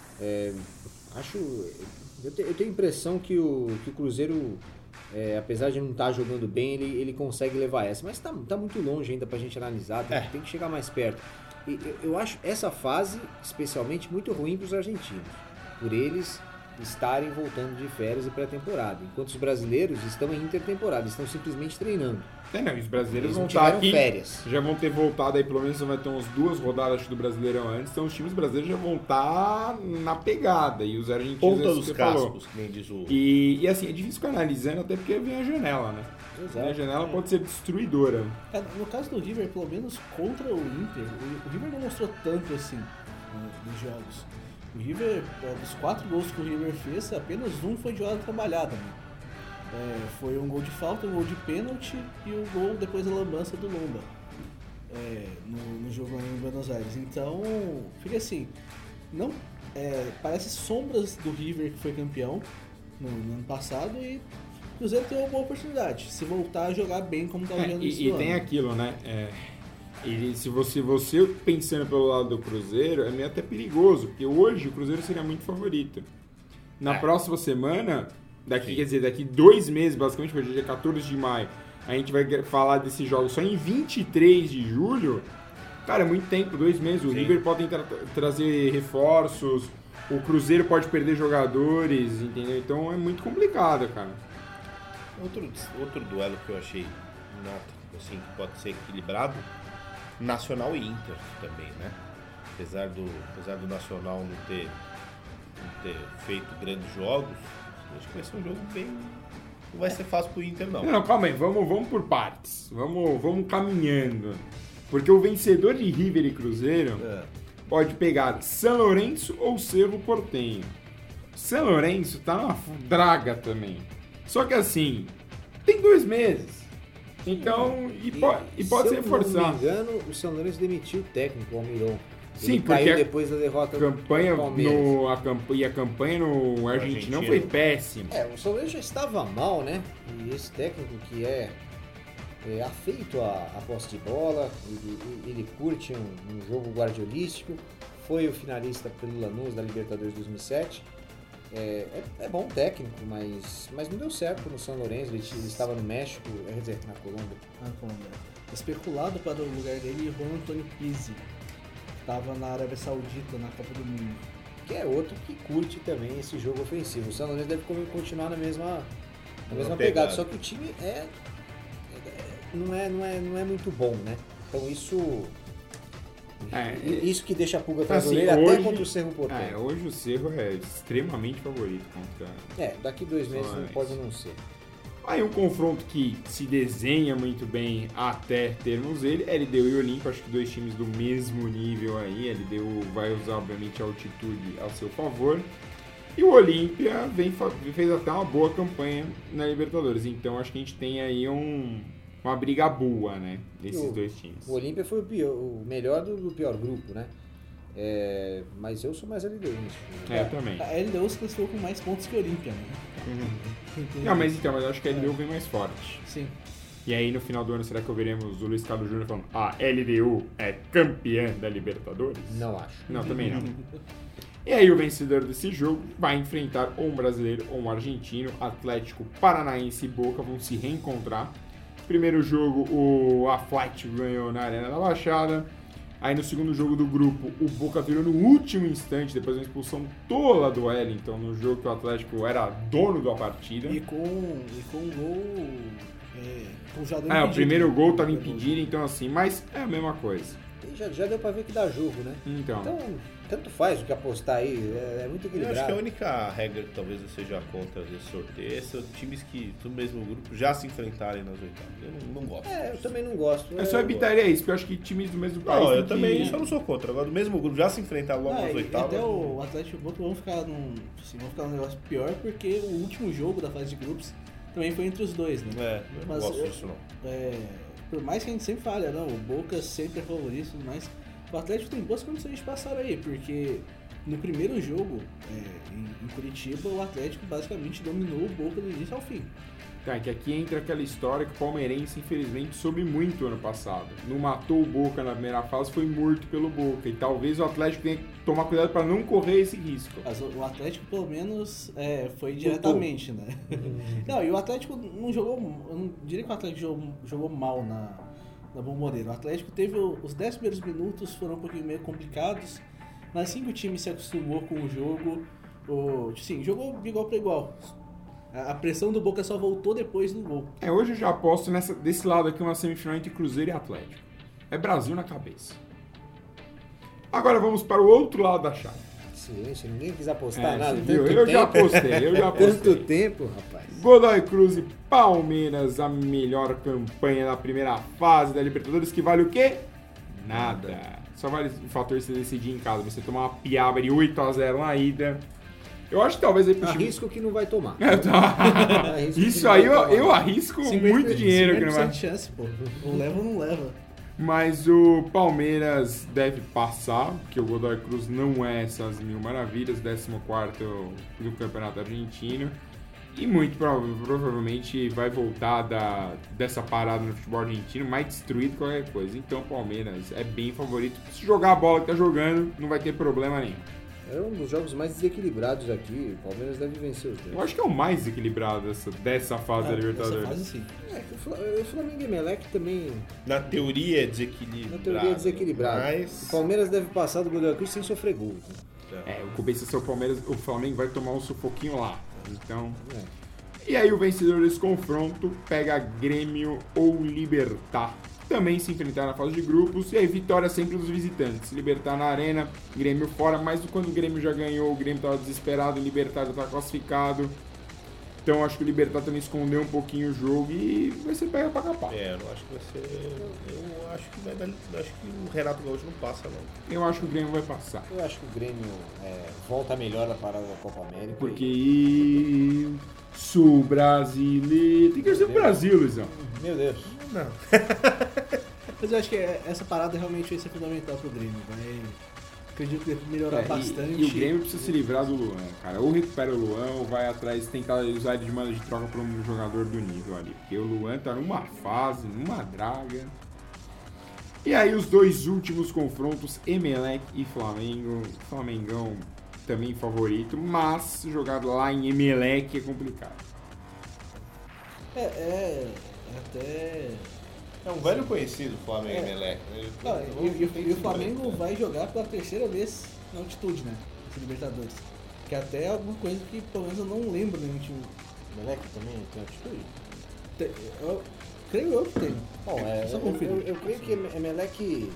Eu tenho a impressão que o Cruzeiro, apesar de não estar jogando bem, ele consegue levar essa. Mas tá muito longe ainda pra gente analisar, tem que chegar mais perto. E eu acho essa fase, especialmente, muito ruim para os argentinos. Por eles estarem voltando de férias e pré-temporada. Enquanto os brasileiros estão em intertemporada, estão simplesmente treinando. Os brasileiros Eles vão não estar tiveram aqui, férias. já vão ter voltado aí, pelo menos vai ter umas 2 rodadas do Brasileirão antes, então os times brasileiros já vão estar na pegada, e os argentinos... Ponta isso dos que você falou. cascos, que nem diz o... E assim, é difícil ficar analisando, até porque vem a janela, né? Exato. A janela pode ser destruidora. No caso do River, pelo menos contra o Inter, o River não mostrou tanto assim nos jogos. O River, dos 4 gols que o River fez, apenas um foi de jogada trabalhada, né? Foi um gol de falta, um gol de pênalti e o gol depois da lambança do Lomba no jogo em Buenos Aires. Então, fica assim, parece sombras do River que foi campeão no ano passado, e o Cruzeiro tem uma boa oportunidade, se voltar a jogar bem como estava jogando esse ano. E tem aquilo, né? Se você pensando pelo lado do Cruzeiro, é meio até perigoso, porque hoje o Cruzeiro seria muito favorito. Na próxima semana, daqui 2 meses, basicamente, porque hoje é 14 de maio, a gente vai falar desses jogos só em 23 de julho. Cara, é muito tempo, 2 meses. O River pode trazer reforços, o Cruzeiro pode perder jogadores, entendeu? Então é muito complicado, cara. Outro duelo que eu achei assim, que pode ser equilibrado, Nacional e Inter também, né? Apesar do Nacional não ter feito grandes jogos, acho que vai ser um jogo bem... Não vai ser fácil pro Inter, não. Não, calma aí, vamos por partes. Vamos caminhando. Porque o vencedor de River e Cruzeiro pode pegar São Lourenço ou Cerro Porteño. São Lourenço tá numa draga também. Só que assim, tem 2 meses. Então, pode se reforçar. Se eu não me engano, o São Lourenço demitiu o técnico, o Almiron. Sim, porque caiu depois da derrota campanha do Palmeiras. a campanha no Argentinão foi péssima. O São Lourenço já estava mal, né? E esse técnico que é afeito à posse de bola, ele curte um jogo guardiolístico, foi o finalista pelo Lanús da Libertadores 2007. É bom técnico, mas não deu certo no São Lourenço. Ele estava no México, na Colômbia. Especulado para o lugar dele Juan Antônio Pizzi, estava na Arábia Saudita na Copa do Mundo. Que é outro que curte também esse jogo ofensivo. O São Lourenço deve continuar na mesma pegada, só que o time não é muito bom, né? Então isso que deixa a pulga atrás da orelha até contra o Cerro Porteño. Hoje o Cerro é extremamente favorito contra... daqui 2 meses não pode não ser. Aí um confronto que se desenha muito bem até termos ele, LDU e Olímpia, acho que 2 times do mesmo nível aí. LDU vai usar, obviamente, a altitude ao seu favor. E o Olímpia fez até uma boa campanha na Libertadores. Então acho que a gente tem aí uma briga boa, né, desses 2 times. O Olímpia foi o melhor do pior grupo, né? Mas eu sou mais LDU nisso. Eu também. A LDU se classificou com mais pontos que o Olímpia, né? Não, mas eu acho que a LDU vem mais forte. Sim. E aí no final do ano, será que veremos o Luiz Carlos Júnior falando a LDU é campeã da Libertadores? Não acho. Não, também não. E aí o vencedor desse jogo vai enfrentar ou um brasileiro ou um argentino. Atlético Paranaense e Boca vão se reencontrar. Primeiro jogo, o Atlético ganhou na Arena da Baixada. Aí no segundo jogo do grupo, o Boca virou no último instante, depois de uma expulsão tola do Wellington, no jogo que o Atlético era dono da partida. E com um gol. Com já deu O impedido, primeiro né? gol estava impedido, então assim, mas é a mesma coisa. E já deu pra ver que dá jogo, né? Então, Tanto faz o que apostar aí, é muito Eu equilibrado. acho que a única regra que talvez eu seja contra desse sorteio são times que do mesmo grupo já se enfrentarem nas oitavas. Eu não gosto. Eu também não gosto. eu só evitaria isso, porque eu acho que times do mesmo país. Não, eu tem também que... só não sou contra. Agora, do mesmo grupo já se enfrentar logo nas E oitavas. até o Atlético e o Boca vão ficar num negócio pior, porque o último jogo da fase de grupos também foi entre os dois, né? Eu não Mas gosto disso, não. Por mais que a gente sempre fale, não, o Boca sempre é favorito, mas o Atlético tem boas condições de passar aí, porque no primeiro jogo em Curitiba, o Atlético basicamente dominou o Boca do início ao fim. Tá, que aqui entra aquela história que o palmeirense, infelizmente, soube muito ano passado. Não matou o Boca na primeira fase, foi morto pelo Boca. E talvez o Atlético tenha que tomar cuidado para não correr esse risco. Mas o Atlético, pelo menos, foi diretamente, né? Não, e o Atlético não jogou... Eu não diria que o Atlético jogou mal na Bombonera. O Atlético teve... Os 10 primeiros minutos foram um pouquinho meio complicados, mas assim que o time se acostumou com o jogo, jogou de igual para igual. A pressão do Boca só voltou depois do gol. Hoje eu já aposto desse lado aqui uma semifinal entre Cruzeiro e Atlético. É Brasil na cabeça. Agora vamos para o outro lado da chave. Silêncio, ninguém quis apostar nada. Você viu? Eu já apostei. Tanto tempo, rapaz. Godoy Cruz e Palmeiras, a melhor campanha da primeira fase da Libertadores, que vale o quê? Nada. Só vale o fator de você decidir em casa. Você tomar uma piaba de 8-0 na ida. Eu acho que talvez aí pro time... Arrisco que não vai tomar. Isso aí eu arrisco muito dinheiro que não vai. 50% de chance, pô. Ou leva ou não leva. Mas o Palmeiras deve passar, porque o Godoy Cruz não é essas mil maravilhas, 14º do Campeonato Argentino. E muito provavelmente vai voltar dessa parada no futebol argentino mais destruído que qualquer coisa. Então o Palmeiras é bem favorito. Se jogar a bola que tá jogando, não vai ter problema nenhum. É um dos jogos mais desequilibrados aqui. O Palmeiras deve vencer os dois. Eu acho que é o mais equilibrado dessa fase da Libertadores. Essa fase, sim. O Flamengo e Emelec também, Na teoria é desequilibrado. na teoria, é desequilibrado. Mas... O Palmeiras deve passar do Godoy Cruz sem sofrer gol. O compensação o Flamengo vai tomar um sufoquinho lá. Então... É. E aí o vencedor desse confronto pega Grêmio ou Libertad. Também se enfrentar na fase de grupos, e aí vitória sempre dos visitantes. Libertad na arena, Grêmio fora, mas quando o Grêmio já ganhou, o Grêmio estava desesperado, o Libertad já está classificado. Então acho que o Libertad também escondeu um pouquinho o jogo e vai ser pega pra capar. eu não acho que vai ser... Eu acho que vai dar... Acho que o Renato Gaúcho não passa, não. Eu acho que o Grêmio vai passar. Eu acho que o Grêmio volta melhor da parada da Copa América. Porque sou brasileiro. Tem que ser pro Brasil, Luizão. Meu Deus. Não. Mas eu acho que essa parada realmente vai ser fundamental pro Grêmio. Acredito que deve melhorar bastante. E o Grêmio precisa se livrar do Luan, cara. Ou recupera o Luan, ou vai atrás tentar usar ele de manda de troca para um jogador do nível ali. Porque o Luan tá numa fase, numa draga. E aí os dois últimos confrontos, Emelec e Flamengo. Flamengão também favorito, mas jogar lá em Emelec é complicado. Até... É um velho conhecido, Flamengo e Emelec. E o Flamengo vai jogar pela terceira vez na altitude, né? Esse Libertadores. Que até é alguma coisa que pelo menos eu não lembro nenhum time. Emelec também tem altitude? Creio eu que tem. Bom, Só conferir. eu creio que Emelec...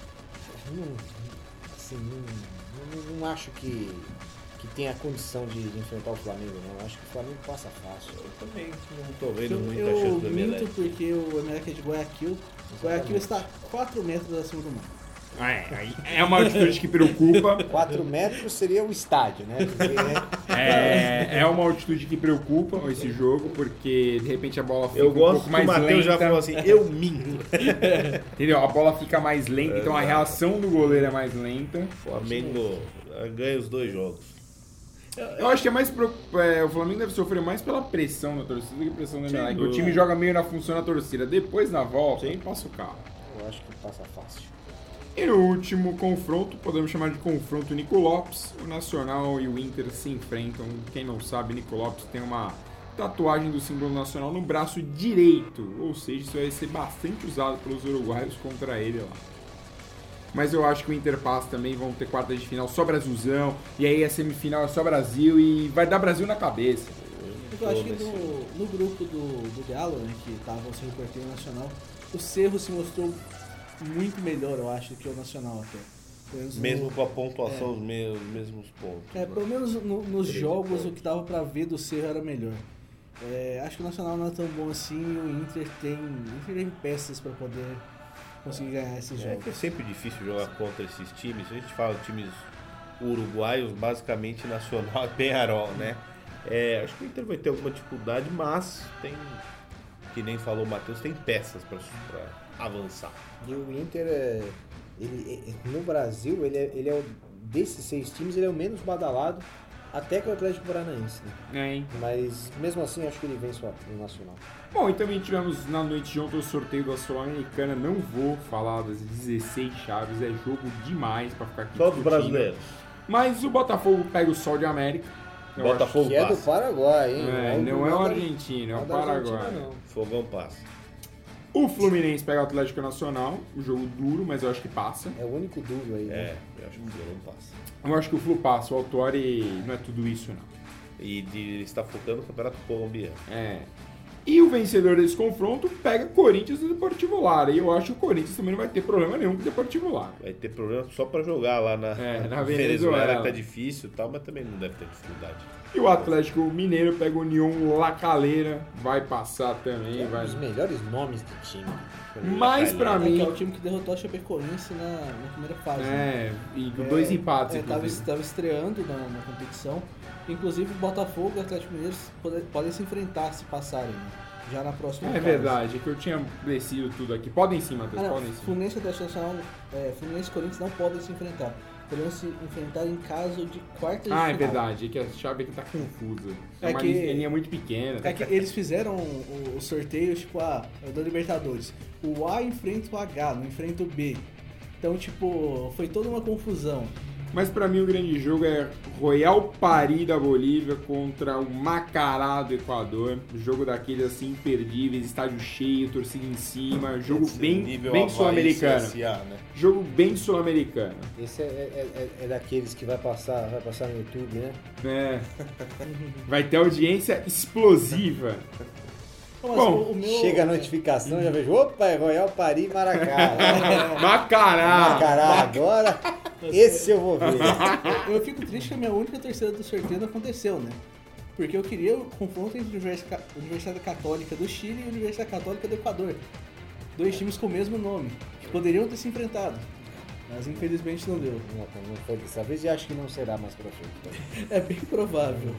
Não acho que tem a condição de enfrentar o Flamengo, não. Eu acho que o Flamengo passa fácil. Eu também não tô vendo Eu muita chance do Emelec. minto porque o Emelec é de Guayaquil. Guayaquil está a 4 metros acima do mar. É uma altitude que preocupa. 4 metros seria o estádio, né? Porque, É uma altitude que preocupa esse jogo, porque de repente a bola fica Eu um gosto pouco que mais o Matheus lenta. já falou assim, eu minto. Entendeu? A bola fica mais lenta, então a reação do goleiro é mais lenta. Flamengo ganha os 2 jogos. Eu acho que é mais o Flamengo deve sofrer mais pela pressão da torcida do que pressão da Emelec. O dúvida. time joga meio na função da torcida. Depois, na volta, passa o carro. Eu acho que passa fácil. E no último confronto, podemos chamar de confronto Nico Lopes, o Nacional e o Inter se enfrentam. Quem não sabe, Nico Lopes tem uma tatuagem do símbolo nacional no braço direito, ou seja, isso vai ser bastante usado pelos uruguaios contra ele lá. Mas eu acho que o Inter passa também, vão ter quartas de final só Brasilzão, e aí a semifinal é só Brasil e vai dar Brasil na cabeça. Eu acho que no grupo do Galo, né, que tava o seu porteiro nacional, o Cerro se mostrou muito melhor, eu acho, do que o Nacional até. Mesmo com a pontuação, os mesmos pontos. Pelo menos nos jogos, o que dava pra ver do Cerro era melhor. Acho que o Nacional não é tão bom assim e o Inter tem peças pra poder conseguir ganhar esses jogos. É sempre difícil jogar contra esses times. A gente fala de times uruguaios, basicamente Nacional e Peñarol, né? Acho que o Inter vai ter alguma dificuldade, mas tem, que nem falou o Matheus, tem peças pra avançar. E o Inter, no Brasil, ele é desses 6 times, ele é o menos badalado, até que o Atlético Paranaense, né? Mas mesmo assim, acho que ele vence o Nacional. Bom, e também tivemos na noite de ontem o sorteio da Sul-Americana. Não vou falar das 16 chaves, é jogo demais pra ficar aqui Só dos discutindo. brasileiros. Mas o Botafogo pega o Sol de América. Eu Botafogo Que é do passa. Paraguai, hein? não é o argentino, é o Paraguai. Não. Fogão passa. O Fluminense pega o Atlético Nacional, um jogo duro, mas eu acho que passa. É o único duro aí, né? Eu acho que o Fogão passa. Eu acho que o Flu passa, o Autori não é tudo isso, não. E ele está focando no Campeonato Colombiano. E o vencedor desse confronto pega Corinthians e Deportivo Lara. E eu acho que o Corinthians também não vai ter problema nenhum com o Deportivo Lara. Vai ter problema só pra jogar lá na Venezuela. que tá difícil e tal, mas também não deve ter dificuldade. E o Atlético Mineiro pega o União La Calera, vai passar também. É um dos melhores nomes do time. Mas pra Que mim... é o time que derrotou a Chapecoense na primeira fase. né? E com 2 empates, inclusive. Tava estreando na competição. Inclusive, o Botafogo e o Atlético Mineiro podem se enfrentar se passarem, né? Já na próxima fase. Verdade, é que eu tinha descido tudo aqui. Podem sim, Matheus, podem sim. Fluminense e Atlético Nacional, Fluminense e Corinthians não podem se enfrentar. Podem se enfrentar em caso de quartas de final. É verdade, é que a chave aqui tá confusa. É uma que- linha muito pequena. É que eles fizeram o sorteio, tipo, da Libertadores. O A enfrenta o H, não enfrenta o B. Então, tipo, foi toda uma confusão. Mas pra mim o grande jogo é Royal Pari da Bolívia contra o Macará do Equador. Jogo daqueles assim imperdíveis, estádio cheio, torcida em cima. Jogo Esse bem nível bem Havaí, sul-americano. CSA, né? Jogo bem sul-americano. Esse é daqueles que vai passar no YouTube, né? Vai ter audiência explosiva. Mas Bom, o meu... Chega a notificação, já vejo, opa, é Royal Paris Maracá. Macará! Macará, agora esse eu vou ver. Eu fico triste que a minha única torcida do sorteio não aconteceu, né? Porque eu queria o confronto entre a Universidade Católica do Chile e a Universidade Católica do Equador. 2 times com o mesmo nome, que poderiam ter se enfrentado. Mas infelizmente não deu. Não foi dessa vez e acho que não será mais pra frente. É bem provável.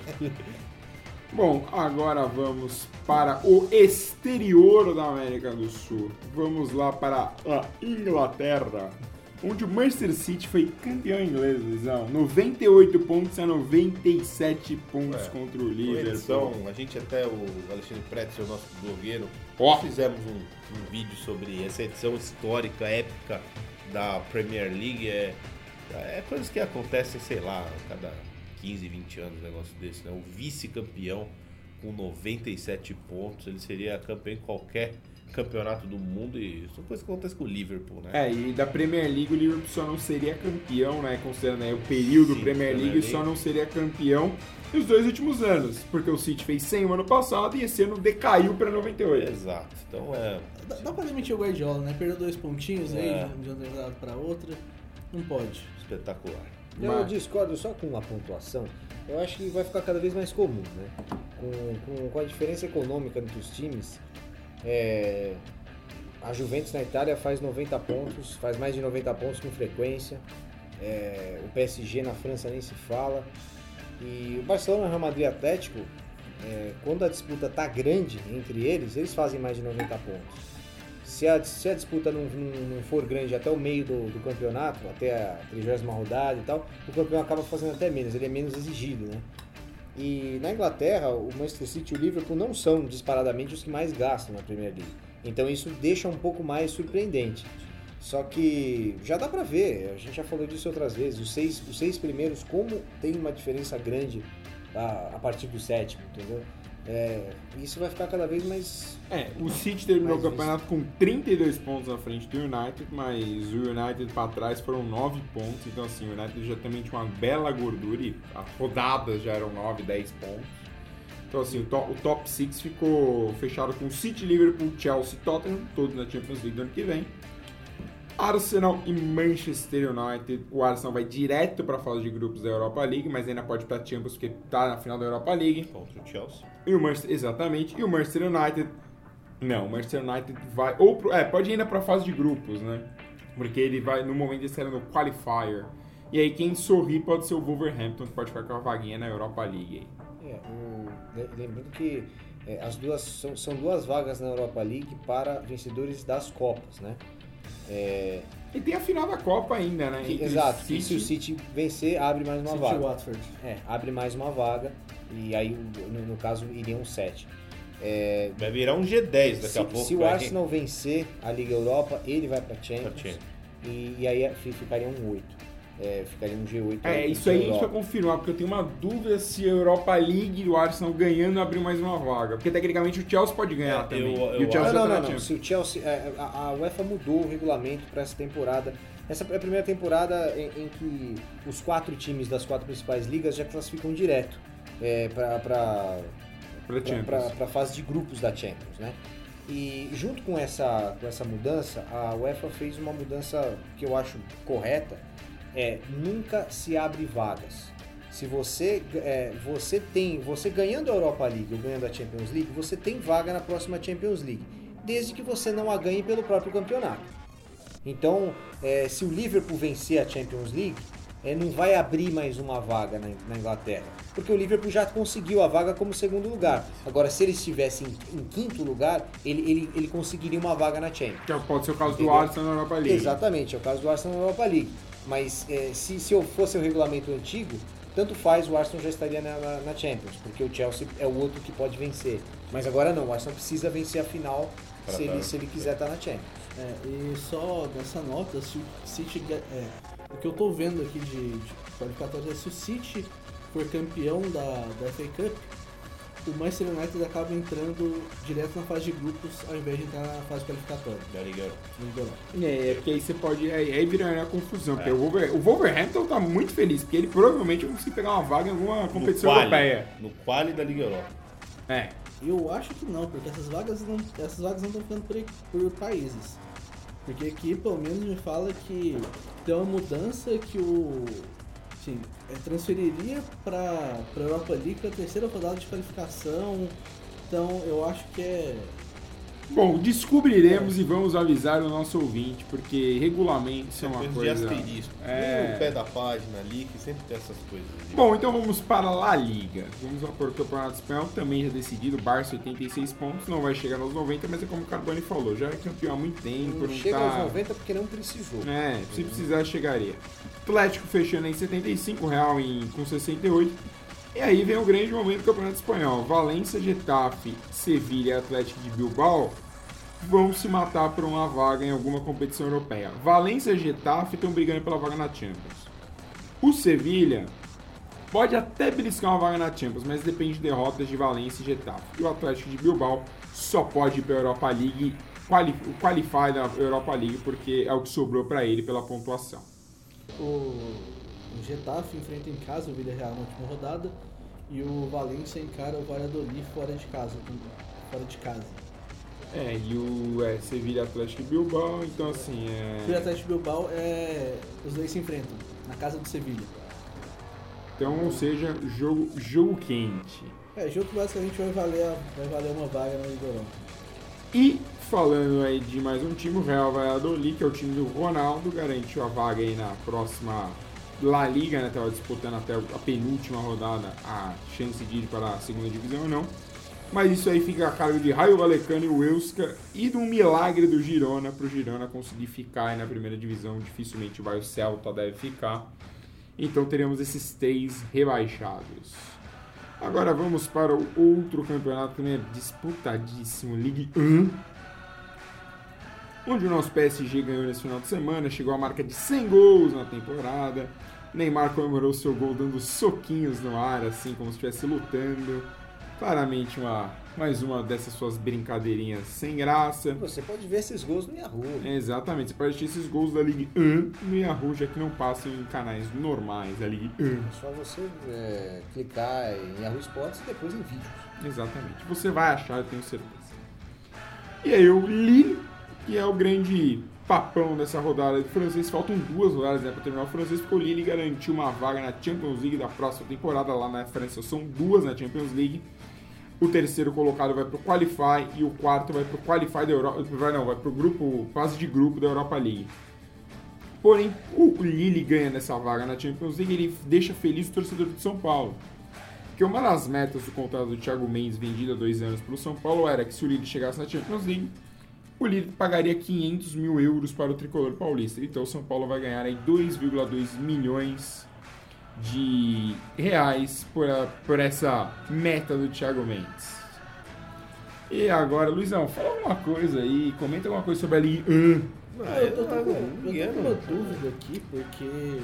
Bom, agora vamos para o exterior da América do Sul. Vamos lá para a Inglaterra, onde o Manchester City foi campeão inglês, Luizão. 98 pontos a 97 pontos contra o Liverpool. Edição, a gente até, o Alexandre Pretzel, nosso blogueiro, fizemos um vídeo sobre essa edição histórica, épica da Premier League. É coisas que acontecem, sei lá, a cada 15, 20 anos, um negócio desse, né? O vice-campeão com 97 pontos, ele seria campeão em qualquer campeonato do mundo, e são coisas que acontecem com o Liverpool, né? E da Premier League o Liverpool só não seria campeão, né? Considerando o período Sim, Premier League, só não seria campeão nos 2 últimos anos, porque o City fez 100 o ano passado e esse ano decaiu para 98. Exato. Então Dá pra demitir o Guardiola, né? Perdeu 2 pontinhos aí de uma temporada pra outra. Não pode. espetacular. Eu discordo só com uma pontuação. Eu acho que vai ficar cada vez mais comum, né? Com a diferença econômica entre os times, a Juventus na Itália faz 90 pontos, faz mais de 90 pontos com frequência. O PSG na França nem se fala. E o Barcelona, Real Madrid e Atlético, quando a disputa tá grande entre eles fazem mais de 90 pontos. Se a disputa não for grande até o meio do campeonato, até a 30ª rodada e tal, o campeão acaba fazendo até menos, ele é menos exigido, né? E na Inglaterra, o Manchester City e o Liverpool não são disparadamente os que mais gastam na Premier League. Então isso deixa um pouco mais surpreendente. Só que já dá pra ver, a gente já falou disso outras vezes, os seis primeiros, como tem uma diferença grande a partir do 7º, entendeu? Isso vai ficar cada vez mais... O City terminou o mais campeonato com 32 pontos na frente do United, mas o United para trás foram 9 pontos, então assim, o United já também tinha uma bela gordura e as rodadas já eram 9, 10 pontos. Então assim, o top 6 ficou fechado com City, Liverpool, Chelsea e Tottenham, todos na Champions League do ano que vem. Arsenal e Manchester United. O Arsenal vai direto para a fase de grupos da Europa League, mas ainda pode ir para a Champions porque está na final da Europa League. Contra o Chelsea. E o Manchester, exatamente. E o Manchester United... Não, o Manchester United vai... pode ir ainda para a fase de grupos, né? Porque ele vai, no momento, ele será no Qualifier. E aí quem sorrir pode ser o Wolverhampton, que pode ficar com a vaguinha na Europa League. Lembrando que as duas são duas vagas na Europa League para vencedores das Copas, né? E tem a final da Copa ainda, né? Exato, e se o City vencer, abre mais uma City vaga. e Watford. Abre mais uma vaga, e aí, no caso, iriam 7. Vai virar um G10 daqui a pouco. Se o Arsenal vencer a Liga Europa, ele vai para a Champions. E aí ficaria um 8. Ficaria um G8. Isso aí a gente vai confirmar, porque eu tenho uma dúvida se a Europa League e o Arsenal ganhando abriu mais uma vaga. Porque tecnicamente o Chelsea pode ganhar também. E o Chelsea não. Se o Chelsea, a UEFA mudou o regulamento para essa temporada. Essa é a primeira temporada em que os 4 times das 4 principais ligas já classificam direto para a fase de grupos da Champions, né? E junto com essa mudança, a UEFA fez uma mudança que eu acho correta. Nunca se abre vagas. Se você ganhando a Europa League ou ganhando a Champions League, você tem vaga na próxima Champions League, desde que você não a ganhe pelo próprio campeonato. Então, se o Liverpool vencer a Champions League, não vai abrir mais uma vaga na Inglaterra, porque o Liverpool já conseguiu a vaga como segundo lugar. Agora, se ele estivesse em quinto lugar, ele conseguiria uma vaga na Champions. Que pode ser o caso do Arsenal na Europa League. Exatamente, é o caso do Arsenal na Europa League. Mas se eu fosse o regulamento antigo, tanto faz, o Arsenal já estaria na Champions, porque o Chelsea é o outro que pode vencer. Mas agora não, o Arsenal precisa vencer a final se ele quiser estar na Champions. E só nessa nota, se o City... o que eu tô vendo aqui de qualificatória é se o City for campeão da FA Cup, o Manchester United acaba entrando direto na fase de grupos ao invés de entrar na fase qualificatória. Da Liga Europa. Porque aí você pode... Aí vira a confusão. Porque o Wolverhampton tá muito feliz, porque ele provavelmente vai conseguir pegar uma vaga em alguma competição europeia. No quali da Liga Europa. Eu acho que não, porque essas vagas não estão ficando por países. Porque aqui, pelo menos, me fala que tem uma mudança que transferiria para a Europa League para a terceira rodada de qualificação. Então, eu acho que Bom, descobriremos e vamos avisar o nosso ouvinte, porque regulamentos são uma coisa... de asterisco. No pé da página ali, que sempre tem essas coisas. Bom, então vamos para a La Liga. Vamos para o Campeonato Espanhol, também já decidido. O Barça 86 pontos, não vai chegar nos 90, mas é como o Carboni falou, já é campeão há muito tempo. Não chega aos 90 porque não precisou. Se precisar, chegaria. Atlético fechando em 75, Real com 68. E aí vem o grande momento do Campeonato Espanhol. Valência, Getafe, Sevilha e Atlético de Bilbao vão se matar por uma vaga em alguma competição europeia. Valência e Getafe estão brigando pela vaga na Champions. O Sevilha pode até beliscar uma vaga na Champions, mas depende de derrotas de Valência e Getafe. E o Atlético de Bilbao só pode ir para a Europa League, qualify da Europa League, porque é o que sobrou para ele pela pontuação. O Getafe enfrenta em casa o Villarreal na última rodada e o Valência encara o Valladolid fora de casa. E o Sevilha Atlético de Bilbao, então assim... Sevilha Atlético de Bilbao, os dois se enfrentam na casa do Sevilha. Então, ou seja, jogo quente. Jogo que basicamente vai valer uma vaga na Liga Europa. E falando aí de mais um time, o Real Valladolid, que é o time do Ronaldo, garantiu a vaga aí na próxima La Liga, né? Estava disputando até a penúltima rodada a chance de ir para a segunda divisão ou não. Mas isso aí fica a cargo de Raio Vallecano e Huesca e de um milagre do Girona, pro Girona conseguir ficar aí na primeira divisão. Dificilmente vai o Celta, deve ficar. Então teremos esses 3 rebaixados. Agora vamos para o outro campeonato que também é disputadíssimo, Ligue 1. Onde o nosso PSG ganhou nesse final de semana, chegou à marca de 100 gols na temporada. Neymar comemorou seu gol dando soquinhos no ar, assim como se estivesse lutando. Claramente mais uma dessas suas brincadeirinhas sem graça. Você pode ver esses gols no Yahoo. Exatamente, você pode assistir esses gols da Ligue 1 no Yahoo, já que não passam em canais normais da Ligue 1. É só você clicar em Yahoo Sports e depois em vídeos. Exatamente, você vai achar, eu tenho certeza. E aí o Lille, que é o grande papão dessa rodada do francês. Faltam 2 rodadas, né, para terminar o francês, porque o Lille garantiu uma vaga na Champions League da próxima temporada. Lá na França são 2 na Champions League. O terceiro colocado vai para o Qualify e o quarto vai para o Qualify da Europa. Vai para o grupo, fase de grupo da Europa League. Porém, o Lille ganha nessa vaga na Champions League, ele deixa feliz o torcedor de São Paulo. Porque uma das metas do contrato do Thiago Mendes, vendido há 2 anos para o São Paulo, era que se o Lille chegasse na Champions League, o Lille pagaria 500 mil euros para o tricolor paulista. Então o São Paulo vai ganhar aí 2,2 milhões de reais por essa meta do Thiago Mendes. E agora, Luizão, fala alguma coisa aí, comenta alguma coisa sobre a Ligue 1. Eu tô com uma dúvida aqui, porque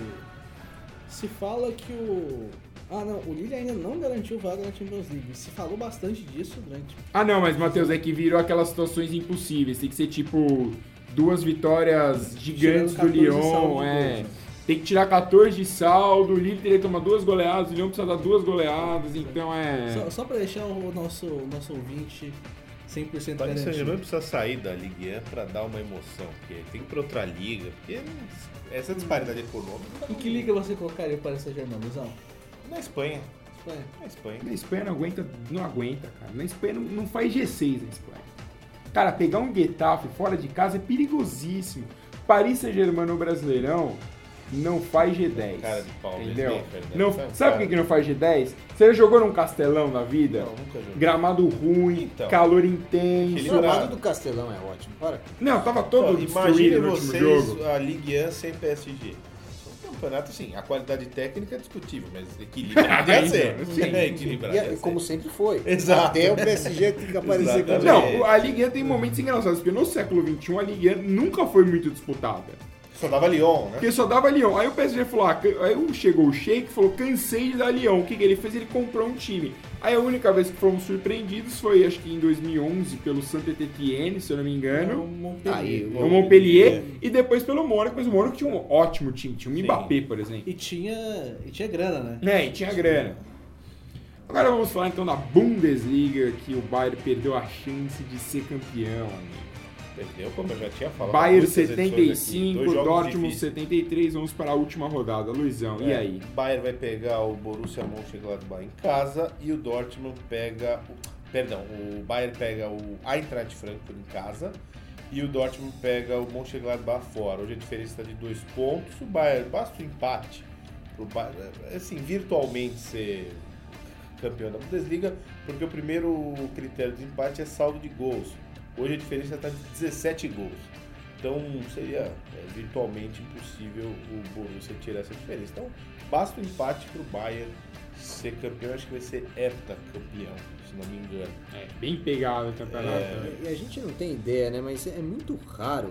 se fala que o Lille ainda não garantiu vaga na Champions League. Se falou bastante disso durante... Não, mas Matheus, é que virou aquelas situações impossíveis. Tem que ser tipo 2 vitórias gigantes do Lyon, tem que tirar 14 de saldo, o Lille teria que tomar 2 goleadas, o Lyon precisa dar 2 goleadas, então Só pra deixar o nosso ouvinte 100% Paris Saint-Germain garantido. precisa sair da Ligue 1 pra dar uma emoção, porque tem que ir pra outra liga, porque essa disparidade econômica... Em que liga você colocaria o Paris Saint-Germain, Luizão? Na Espanha. Espanha. Na Espanha. Na Espanha não aguenta, cara. Na Espanha não faz G6 na Espanha. Cara, pegar um Getafe fora de casa é perigosíssimo. Paris Saint-Germain no Brasileirão não faz G10. Cara de pau, entendeu? Não, sabe por que não faz G10? Você já jogou num Castelão na vida? Não, nunca joguei. Gramado ruim, Então, calor intenso. O gramado do Castelão é ótimo. Para. Não, tava todo Imagine destruído no último vocês jogo. a Ligue 1 sem PSG. Um campeonato, assim, a qualidade técnica é discutível, mas equilibrado ia ser. Sim. Equilibrado ia ser. Como sempre foi. Exato. Até o PSG tem que aparecer com Exatamente. Não, a Ligue 1 tem momentos engraçados, porque no século XXI a Ligue 1 nunca foi muito disputada. Só dava Lyon, né? Porque só dava Lyon. Aí o PSG falou, aí chegou o Sheik e falou, cansei de dar Lyon. O que ele fez? Ele comprou um time. Aí a única vez que fomos surpreendidos foi, acho que em 2011, pelo Saint-Étienne, se eu não me engano. O Montpellier. E depois pelo Mônaco, mas o Mônaco tinha um ótimo time. Tinha um Mbappé, por exemplo. E tinha grana, né? E tinha grana. Agora vamos falar então da Bundesliga, que o Bayern perdeu a chance de ser campeão, amigo. Perdeu, como eu já tinha falado. Bayern muitas edições aqui. 75, Dois jogos Dortmund difíceis. 73, vamos para a última rodada. Luizão, e aí? O Bayern vai pegar o Borussia Mönchengladbach em casa e o Dortmund pega... o Bayern pega o Eintracht Frankfurt em casa e o Dortmund pega o Mönchengladbach fora. Hoje a diferença está de 2 pontos. O Bayern, basta o empate pro Bayern, assim, virtualmente ser campeão da Bundesliga, porque o primeiro critério de empate é saldo de gols. Hoje a diferença está de 17 gols. Então seria virtualmente impossível o Borussia tirar essa diferença. Então basta o empate para o Bayern ser campeão. Acho que vai ser heptacampeão, se não me engano. Bem pegado o campeonato. E a gente não tem ideia, né? Mas é muito raro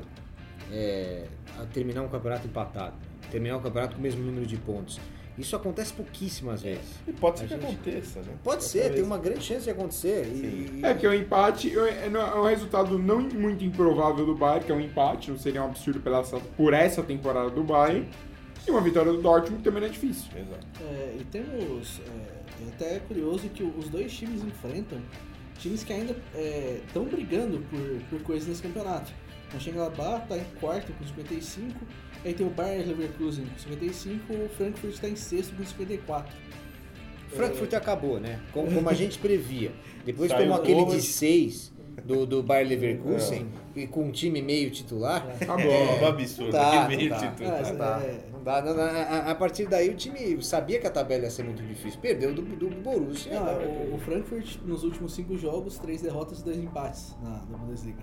terminar um campeonato empatado. Terminar um campeonato com o mesmo número de pontos. Isso acontece pouquíssimas vezes. E pode ser que aconteça, né? Pode ser, tem uma grande chance de acontecer. Que o empate é um resultado não muito improvável do Bayern, que é um empate, não seria um absurdo por essa temporada do Bayern. E uma vitória do Dortmund também não é difícil. Exato. E temos... até é curioso que os dois times enfrentam times que ainda estão brigando por coisas nesse campeonato. O Mönchengladbach está em quarto com 55, aí tem o Bayer Leverkusen com 55, o Frankfurt está em sexto com 54. Frankfurt acabou, né? Como a gente previa. Depois Saiu tomou aquele Kovac. de 6. do Bayer Leverkusen e com um time meio titular. Tá bom. É um absurdo. Não dá, que meio não dá. titular. Não dá, não dá. A partir daí o time sabia que a tabela ia ser muito difícil. Perdeu do Borussia. O Frankfurt, nos últimos 5 jogos, 3 derrotas e 2 empates na Bundesliga.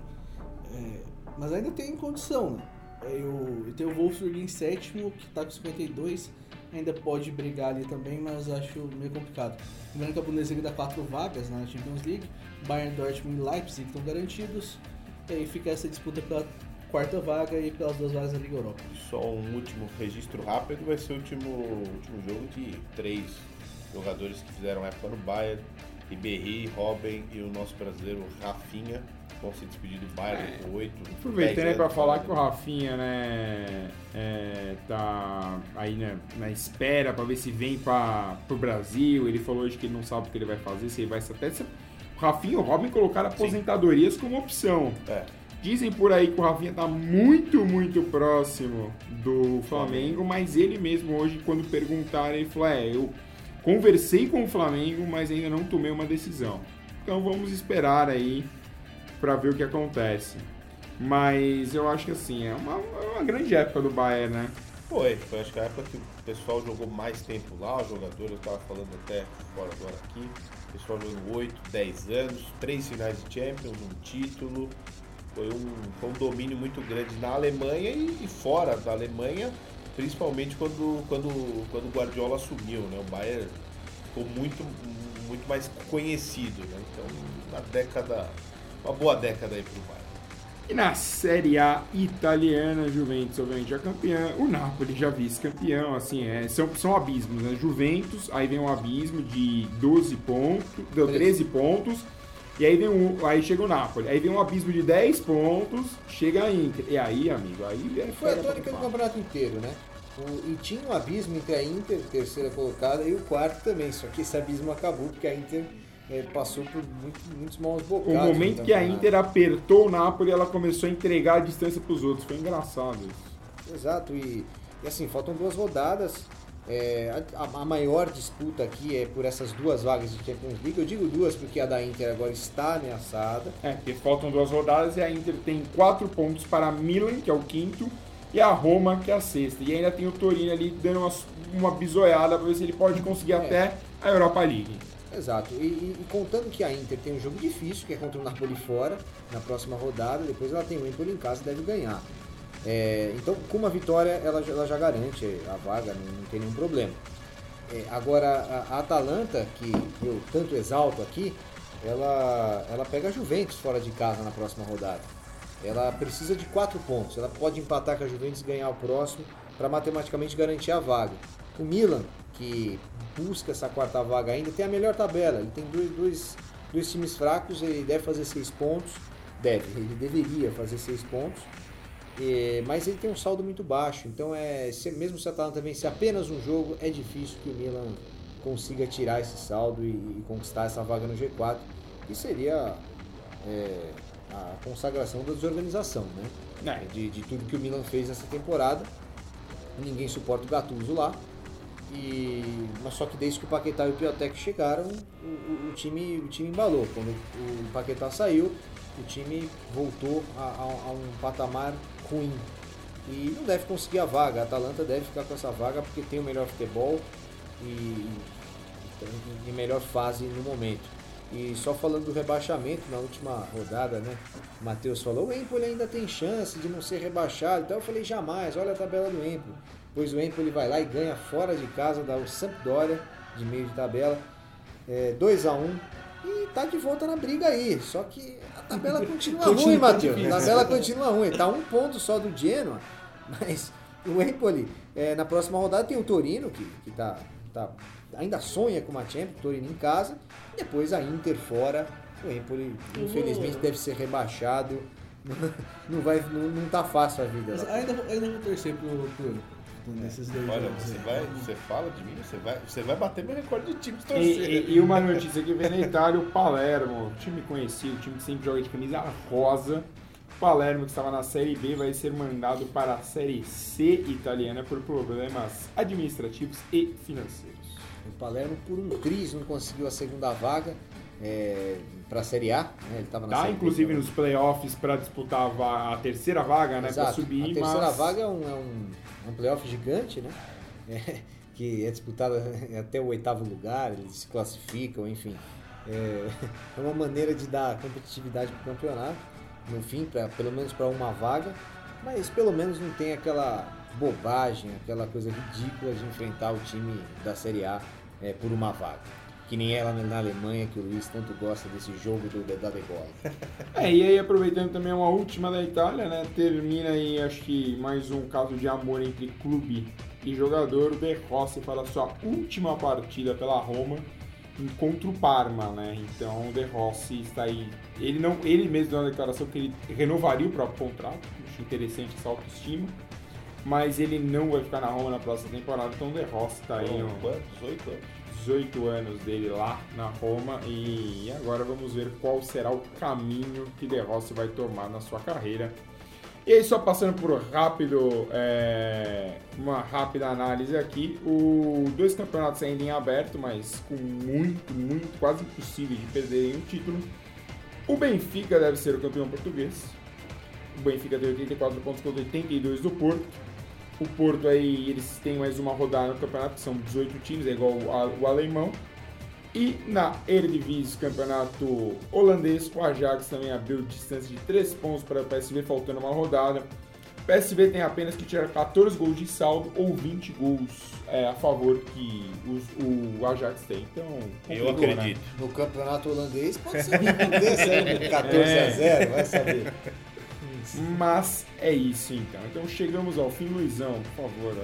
Mas ainda tem condição, né? E tem o Wolfsburg em sétimo, que tá com 52, ainda pode brigar ali também, mas acho meio complicado. Lembrando que a Bundesliga dá 4 vagas na Champions League, Bayern, Dortmund e Leipzig estão garantidos, e aí fica essa disputa pela 4ª vaga e pelas 2 vagas da Liga Europa. Só um último registro rápido, vai ser o último jogo de 3 jogadores que fizeram época no Bayern, Ribéry, Robben e o nosso brasileiro Rafinha. Vão se despedir do Bayern com 8. Aproveitando aí pra falar que o Rafinha, né, tá aí, né, na espera pra ver se vem pro Brasil. Ele falou hoje que ele não sabe o que ele vai fazer, se ele vai até ser... O Rafinha e o Robben colocaram aposentadorias como opção. Dizem por aí que o Rafinha tá muito, muito próximo do Flamengo, mas ele mesmo hoje, quando perguntaram, ele falou, eu conversei com o Flamengo, mas ainda não tomei uma decisão. Então vamos esperar aí pra ver o que acontece. Mas eu acho que assim, é uma grande época do Bayern, né? Foi acho que a época que o pessoal jogou mais tempo lá, os jogadores, eu tava falando até fora agora aqui, o pessoal jogou 8, 10 anos, 3 finais de Champions, um título, foi um domínio muito grande na Alemanha e fora da Alemanha, principalmente quando o Guardiola assumiu, né? O Bayern ficou muito mais conhecido, né? Então, uma boa década aí pro Bayern. E na Série A italiana, Juventus obviamente é campeã, o Napoli já vice-campeão, assim, são abismos, né? Juventus, aí vem um abismo de 13 pontos, e aí aí chega o Napoli, aí vem um abismo de 10 pontos, chega a Inter, e aí, amigo, aí foi a tônica do campeonato inteiro, né? E tinha um abismo entre a Inter, terceira colocada, e o quarto também, só que esse abismo acabou porque a Inter passou por muitos maus bocados. O momento que a Inter apertou o Napoli, ela começou a entregar a distância para os outros. Foi engraçado isso. Exato. E assim, faltam 2 rodadas. A maior disputa aqui é por essas 2 vagas de Champions League. Eu digo 2 porque a da Inter agora está ameaçada. Porque faltam 2 rodadas e a Inter tem 4 pontos para a Milan, que é o 5º, e a Roma, que é a 6ª. E ainda tem o Torino ali dando uma bisoiada para ver se ele pode conseguir até a Europa League. Exato, e contando que a Inter tem um jogo difícil, que é contra o Napoli fora, na próxima rodada, depois ela tem o Empoli em casa e deve ganhar. Então, com uma vitória, ela já garante a vaga, não tem nenhum problema. Agora, a Atalanta, que eu tanto exalto aqui, ela pega a Juventus fora de casa na próxima rodada. Ela precisa de 4 pontos, ela pode empatar com a Juventus e ganhar o próximo para matematicamente garantir a vaga. O Milan, que busca essa 4ª vaga ainda, tem a melhor tabela, ele tem dois times fracos, ele deve fazer 6 pontos, ele deveria fazer 6 pontos, mas ele tem um saldo muito baixo, então mesmo se a Atalanta vencer apenas um jogo, é difícil que o Milan consiga tirar esse saldo e conquistar essa vaga no G4, que seria a consagração da desorganização, né? De tudo que o Milan fez nessa temporada. Ninguém suporta o Gattuso lá. Mas só que desde que o Paquetá e o Piatek chegaram, o time embalou. Quando o Paquetá saiu, o time voltou a um patamar ruim. E não deve conseguir a vaga. A Atalanta deve ficar com essa vaga porque tem o melhor futebol e melhor fase no momento. E só falando do rebaixamento, na última rodada, né? O Matheus falou, o Empoli ainda tem chance de não ser rebaixado. Então eu falei, jamais, olha a tabela do Empoli. Pois o Empoli vai lá e ganha fora de casa da Sampdoria, de meio de tabela, 2-1, e tá de volta na briga aí. Só que a tabela continua ruim, Matheus. A tabela continua ruim. Tá 1 ponto só do Genoa, mas o Empoli, na próxima rodada tem o Torino, que ainda sonha com uma Champions, o Torino em casa, e depois a Inter fora. O Empoli, infelizmente, deve ser rebaixado. Não tá fácil a vida. Mas ainda vou torcer pro nesses 2 Olha, jogos. você fala de mim, você vai bater meu recorde de times torcer. E uma notícia que vem na Itália, o Palermo, time conhecido, time que sempre joga de camisa rosa. O Palermo, que estava na Série B, vai ser mandado para a Série C italiana por problemas administrativos e financeiros. O Palermo, por um triz, não conseguiu a 2ª vaga. para a Série A, né? Ele estava na Tá, Série B, inclusive né? nos playoffs para disputar a terceira vaga, né? Para Exato. subir, A terceira mas... vaga é um playoff gigante, né? Que é disputado até o 8º lugar, eles se classificam, enfim. É uma maneira de dar competitividade para o campeonato, no fim, pelo menos para uma vaga, mas pelo menos não tem aquela bobagem, aquela coisa ridícula de enfrentar o time da Série A por uma vaga. Que nem ela na Alemanha, que o Luiz tanto gosta desse jogo da degola. E aí aproveitando também uma última da Itália, né? Termina aí, acho que mais um caso de amor entre clube e jogador. O De Rossi para a sua última partida pela Roma contra o Parma, né? Então o De Rossi está aí. Ele mesmo deu uma declaração que ele renovaria o próprio contrato. Acho interessante essa autoestima. Mas ele não vai ficar na Roma na próxima temporada. Então o De Rossi está aí. 18 anos. 18 anos dele lá na Roma, e agora vamos ver qual será o caminho que De Rossi vai tomar na sua carreira. E aí, só passando por uma rápida análise aqui, dois campeonatos ainda em aberto, mas com muito, quase impossível de perderem o título. O Benfica deve ser o campeão português. O Benfica tem 84 pontos contra 82 do Porto. O Porto aí, eles têm mais uma rodada no campeonato, que são 18 times, é igual o alemão. E na Eredivisie, campeonato holandês, o Ajax também abriu distância de 3 pontos para o PSV, faltando uma rodada. O PSV tem apenas que tirar 14 gols de saldo ou 20 gols a favor que o Ajax tem. Então, Eu acredito. Né? No campeonato holandês pode ser um desse aí, 14-0, vai saber. Mas é isso então. Então chegamos ao fim, Luizão, por favor,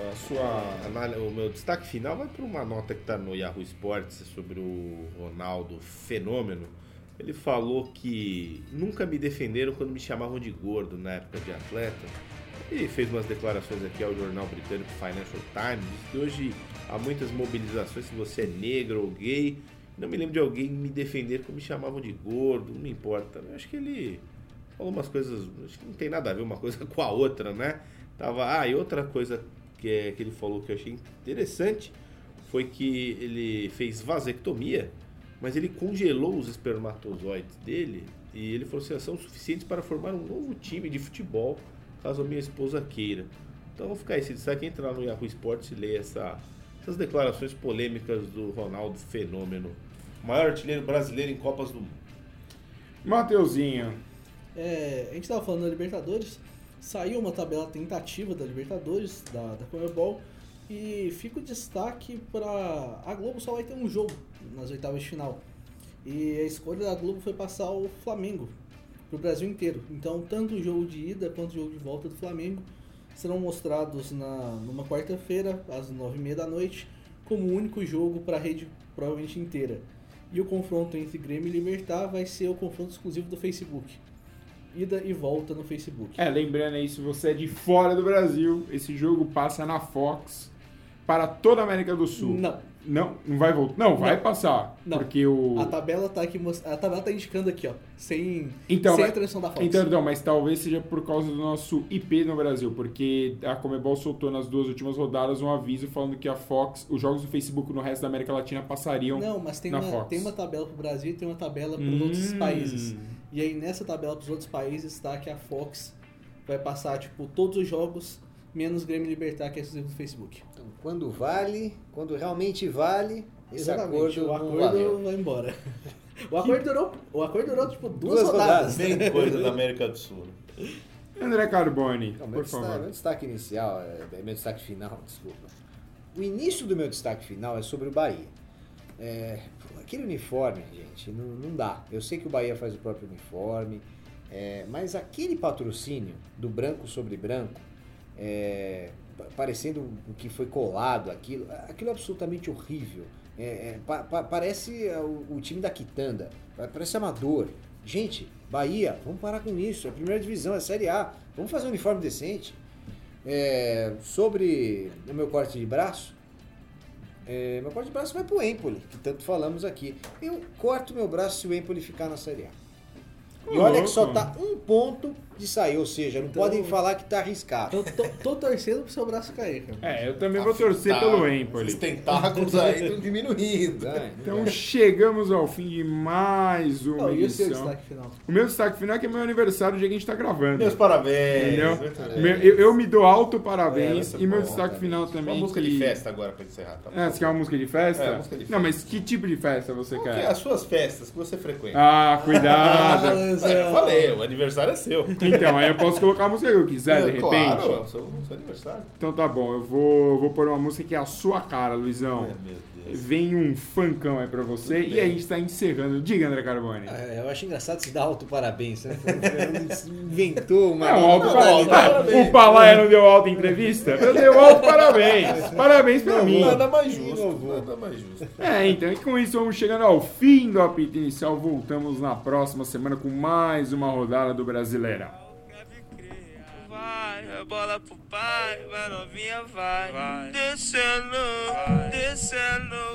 O meu destaque final vai para uma nota que está no Yahoo Sports sobre o Ronaldo Fenômeno. Ele falou que nunca me defenderam quando me chamavam de gordo na época de atleta. E fez umas declarações aqui ao jornal britânico Financial Times. Diz que hoje há muitas mobilizações, se você é negro ou gay. Não me lembro de alguém me defender quando me chamavam de gordo, não me importa. Eu acho que ele falou umas coisas, acho que não tem nada a ver uma coisa com a outra, né? E outra coisa que ele falou que eu achei interessante foi que ele fez vasectomia, mas ele congelou os espermatozoides dele e ele falou assim, são suficientes para formar um novo time de futebol, caso a minha esposa queira. Então vou ficar esse destaque, entrar no Yahoo Sports e ler essas declarações polêmicas do Ronaldo Fenômeno, maior artilheiro brasileiro em Copas do Mundo. Mateuzinho. A gente estava falando da Libertadores, saiu uma tabela tentativa da Libertadores, da Conmebol, e fica o destaque para a Globo só vai ter um jogo nas oitavas de final. E a escolha da Globo foi passar o Flamengo para o Brasil inteiro. Então, tanto o jogo de ida quanto o jogo de volta do Flamengo serão mostrados numa quarta-feira, às 9h30 da noite, como o único jogo para a rede provavelmente inteira. E o confronto entre Grêmio e Libertad vai ser o confronto exclusivo do Facebook. Ida e volta no Facebook. Lembrando aí, se você é de fora do Brasil, esse jogo passa na Fox para toda a América do Sul. Não vai voltar. Não, vai passar. Não. Porque A tabela tá aqui, a tabela tá indicando aqui, ó, sem a transmissão da Fox. Então, mas talvez seja por causa do nosso IP no Brasil, porque a Conmebol soltou nas 2 últimas rodadas um aviso falando que a Fox, os jogos do Facebook no resto da América Latina passariam. Não, mas tem uma tabela pro Brasil e tem uma tabela para os outros países. E aí nessa tabela para os outros países está que a Fox vai passar todos os jogos menos Grêmio e Libertad, que é exclusivo do Facebook. Então, quando realmente vale, esse Exatamente, acordo o acordo vai embora. O acordo durou 2 rodadas. rodadas. Bem coisa da América do Sul. André Carboni, Não, por favor. Meu destaque inicial, meu destaque final, desculpa. O início do meu destaque final é sobre o Bahia. Aquele uniforme, gente, não dá. Eu sei que o Bahia faz o próprio uniforme, mas aquele patrocínio do branco sobre branco, parecendo o que foi colado, aquilo é absolutamente horrível. Parece o time da Quitanda, parece amador. Gente, Bahia, vamos parar com isso, é a primeira divisão, é a Série A, vamos fazer um uniforme decente. Sobre o meu corte de braço, meu corte de braço vai pro Empoli, que tanto falamos aqui. Eu corto meu braço se o Empoli ficar na Série A. E olha que só tá um ponto de sair, ou seja, não podem falar que tá arriscado. Tô torcendo pro seu braço cair, cara. Eu também vou torcer pelo Empoli. Os tentáculos aí estão diminuindo. Então chegamos ao fim de mais uma E o seu edição. destaque final? O meu destaque final é que é meu aniversário, o dia que a gente tá gravando. Meus parabéns. Entendeu? Meus parabéns. Eu me dou alto parabéns muito e meu bom, destaque cara. final também. Uma música que- de festa agora pra encerrar. Tá bom? Você quer uma música de festa? É, música de festa. Não, mas que tipo de festa você Qual que é quer? as suas festas que você frequenta? Cuidado. Eu falei, o aniversário é seu. Então, aí eu posso colocar a música que eu quiser, de repente. Claro, seu aniversário. Então tá bom, eu vou pôr uma música que é a sua cara, Luizão. Meu Deus. Vem um funkão aí pra você e aí a gente tá encerrando. Diga, André Carboni. Eu acho engraçado se dar alto parabéns. Né? Inventou uma. Um alto parabéns. parabéns. O Palaia não deu alto em entrevista? Eu dei um alto parabéns. Parabéns pra mim. Nada mais justo. Nada mais justo. Então, e com isso vamos chegando ao fim do apito inicial. Voltamos na próxima semana com mais uma rodada do Brasileirão. Vai, bola pro pai, vai novinha, vai. Descendo, descendo.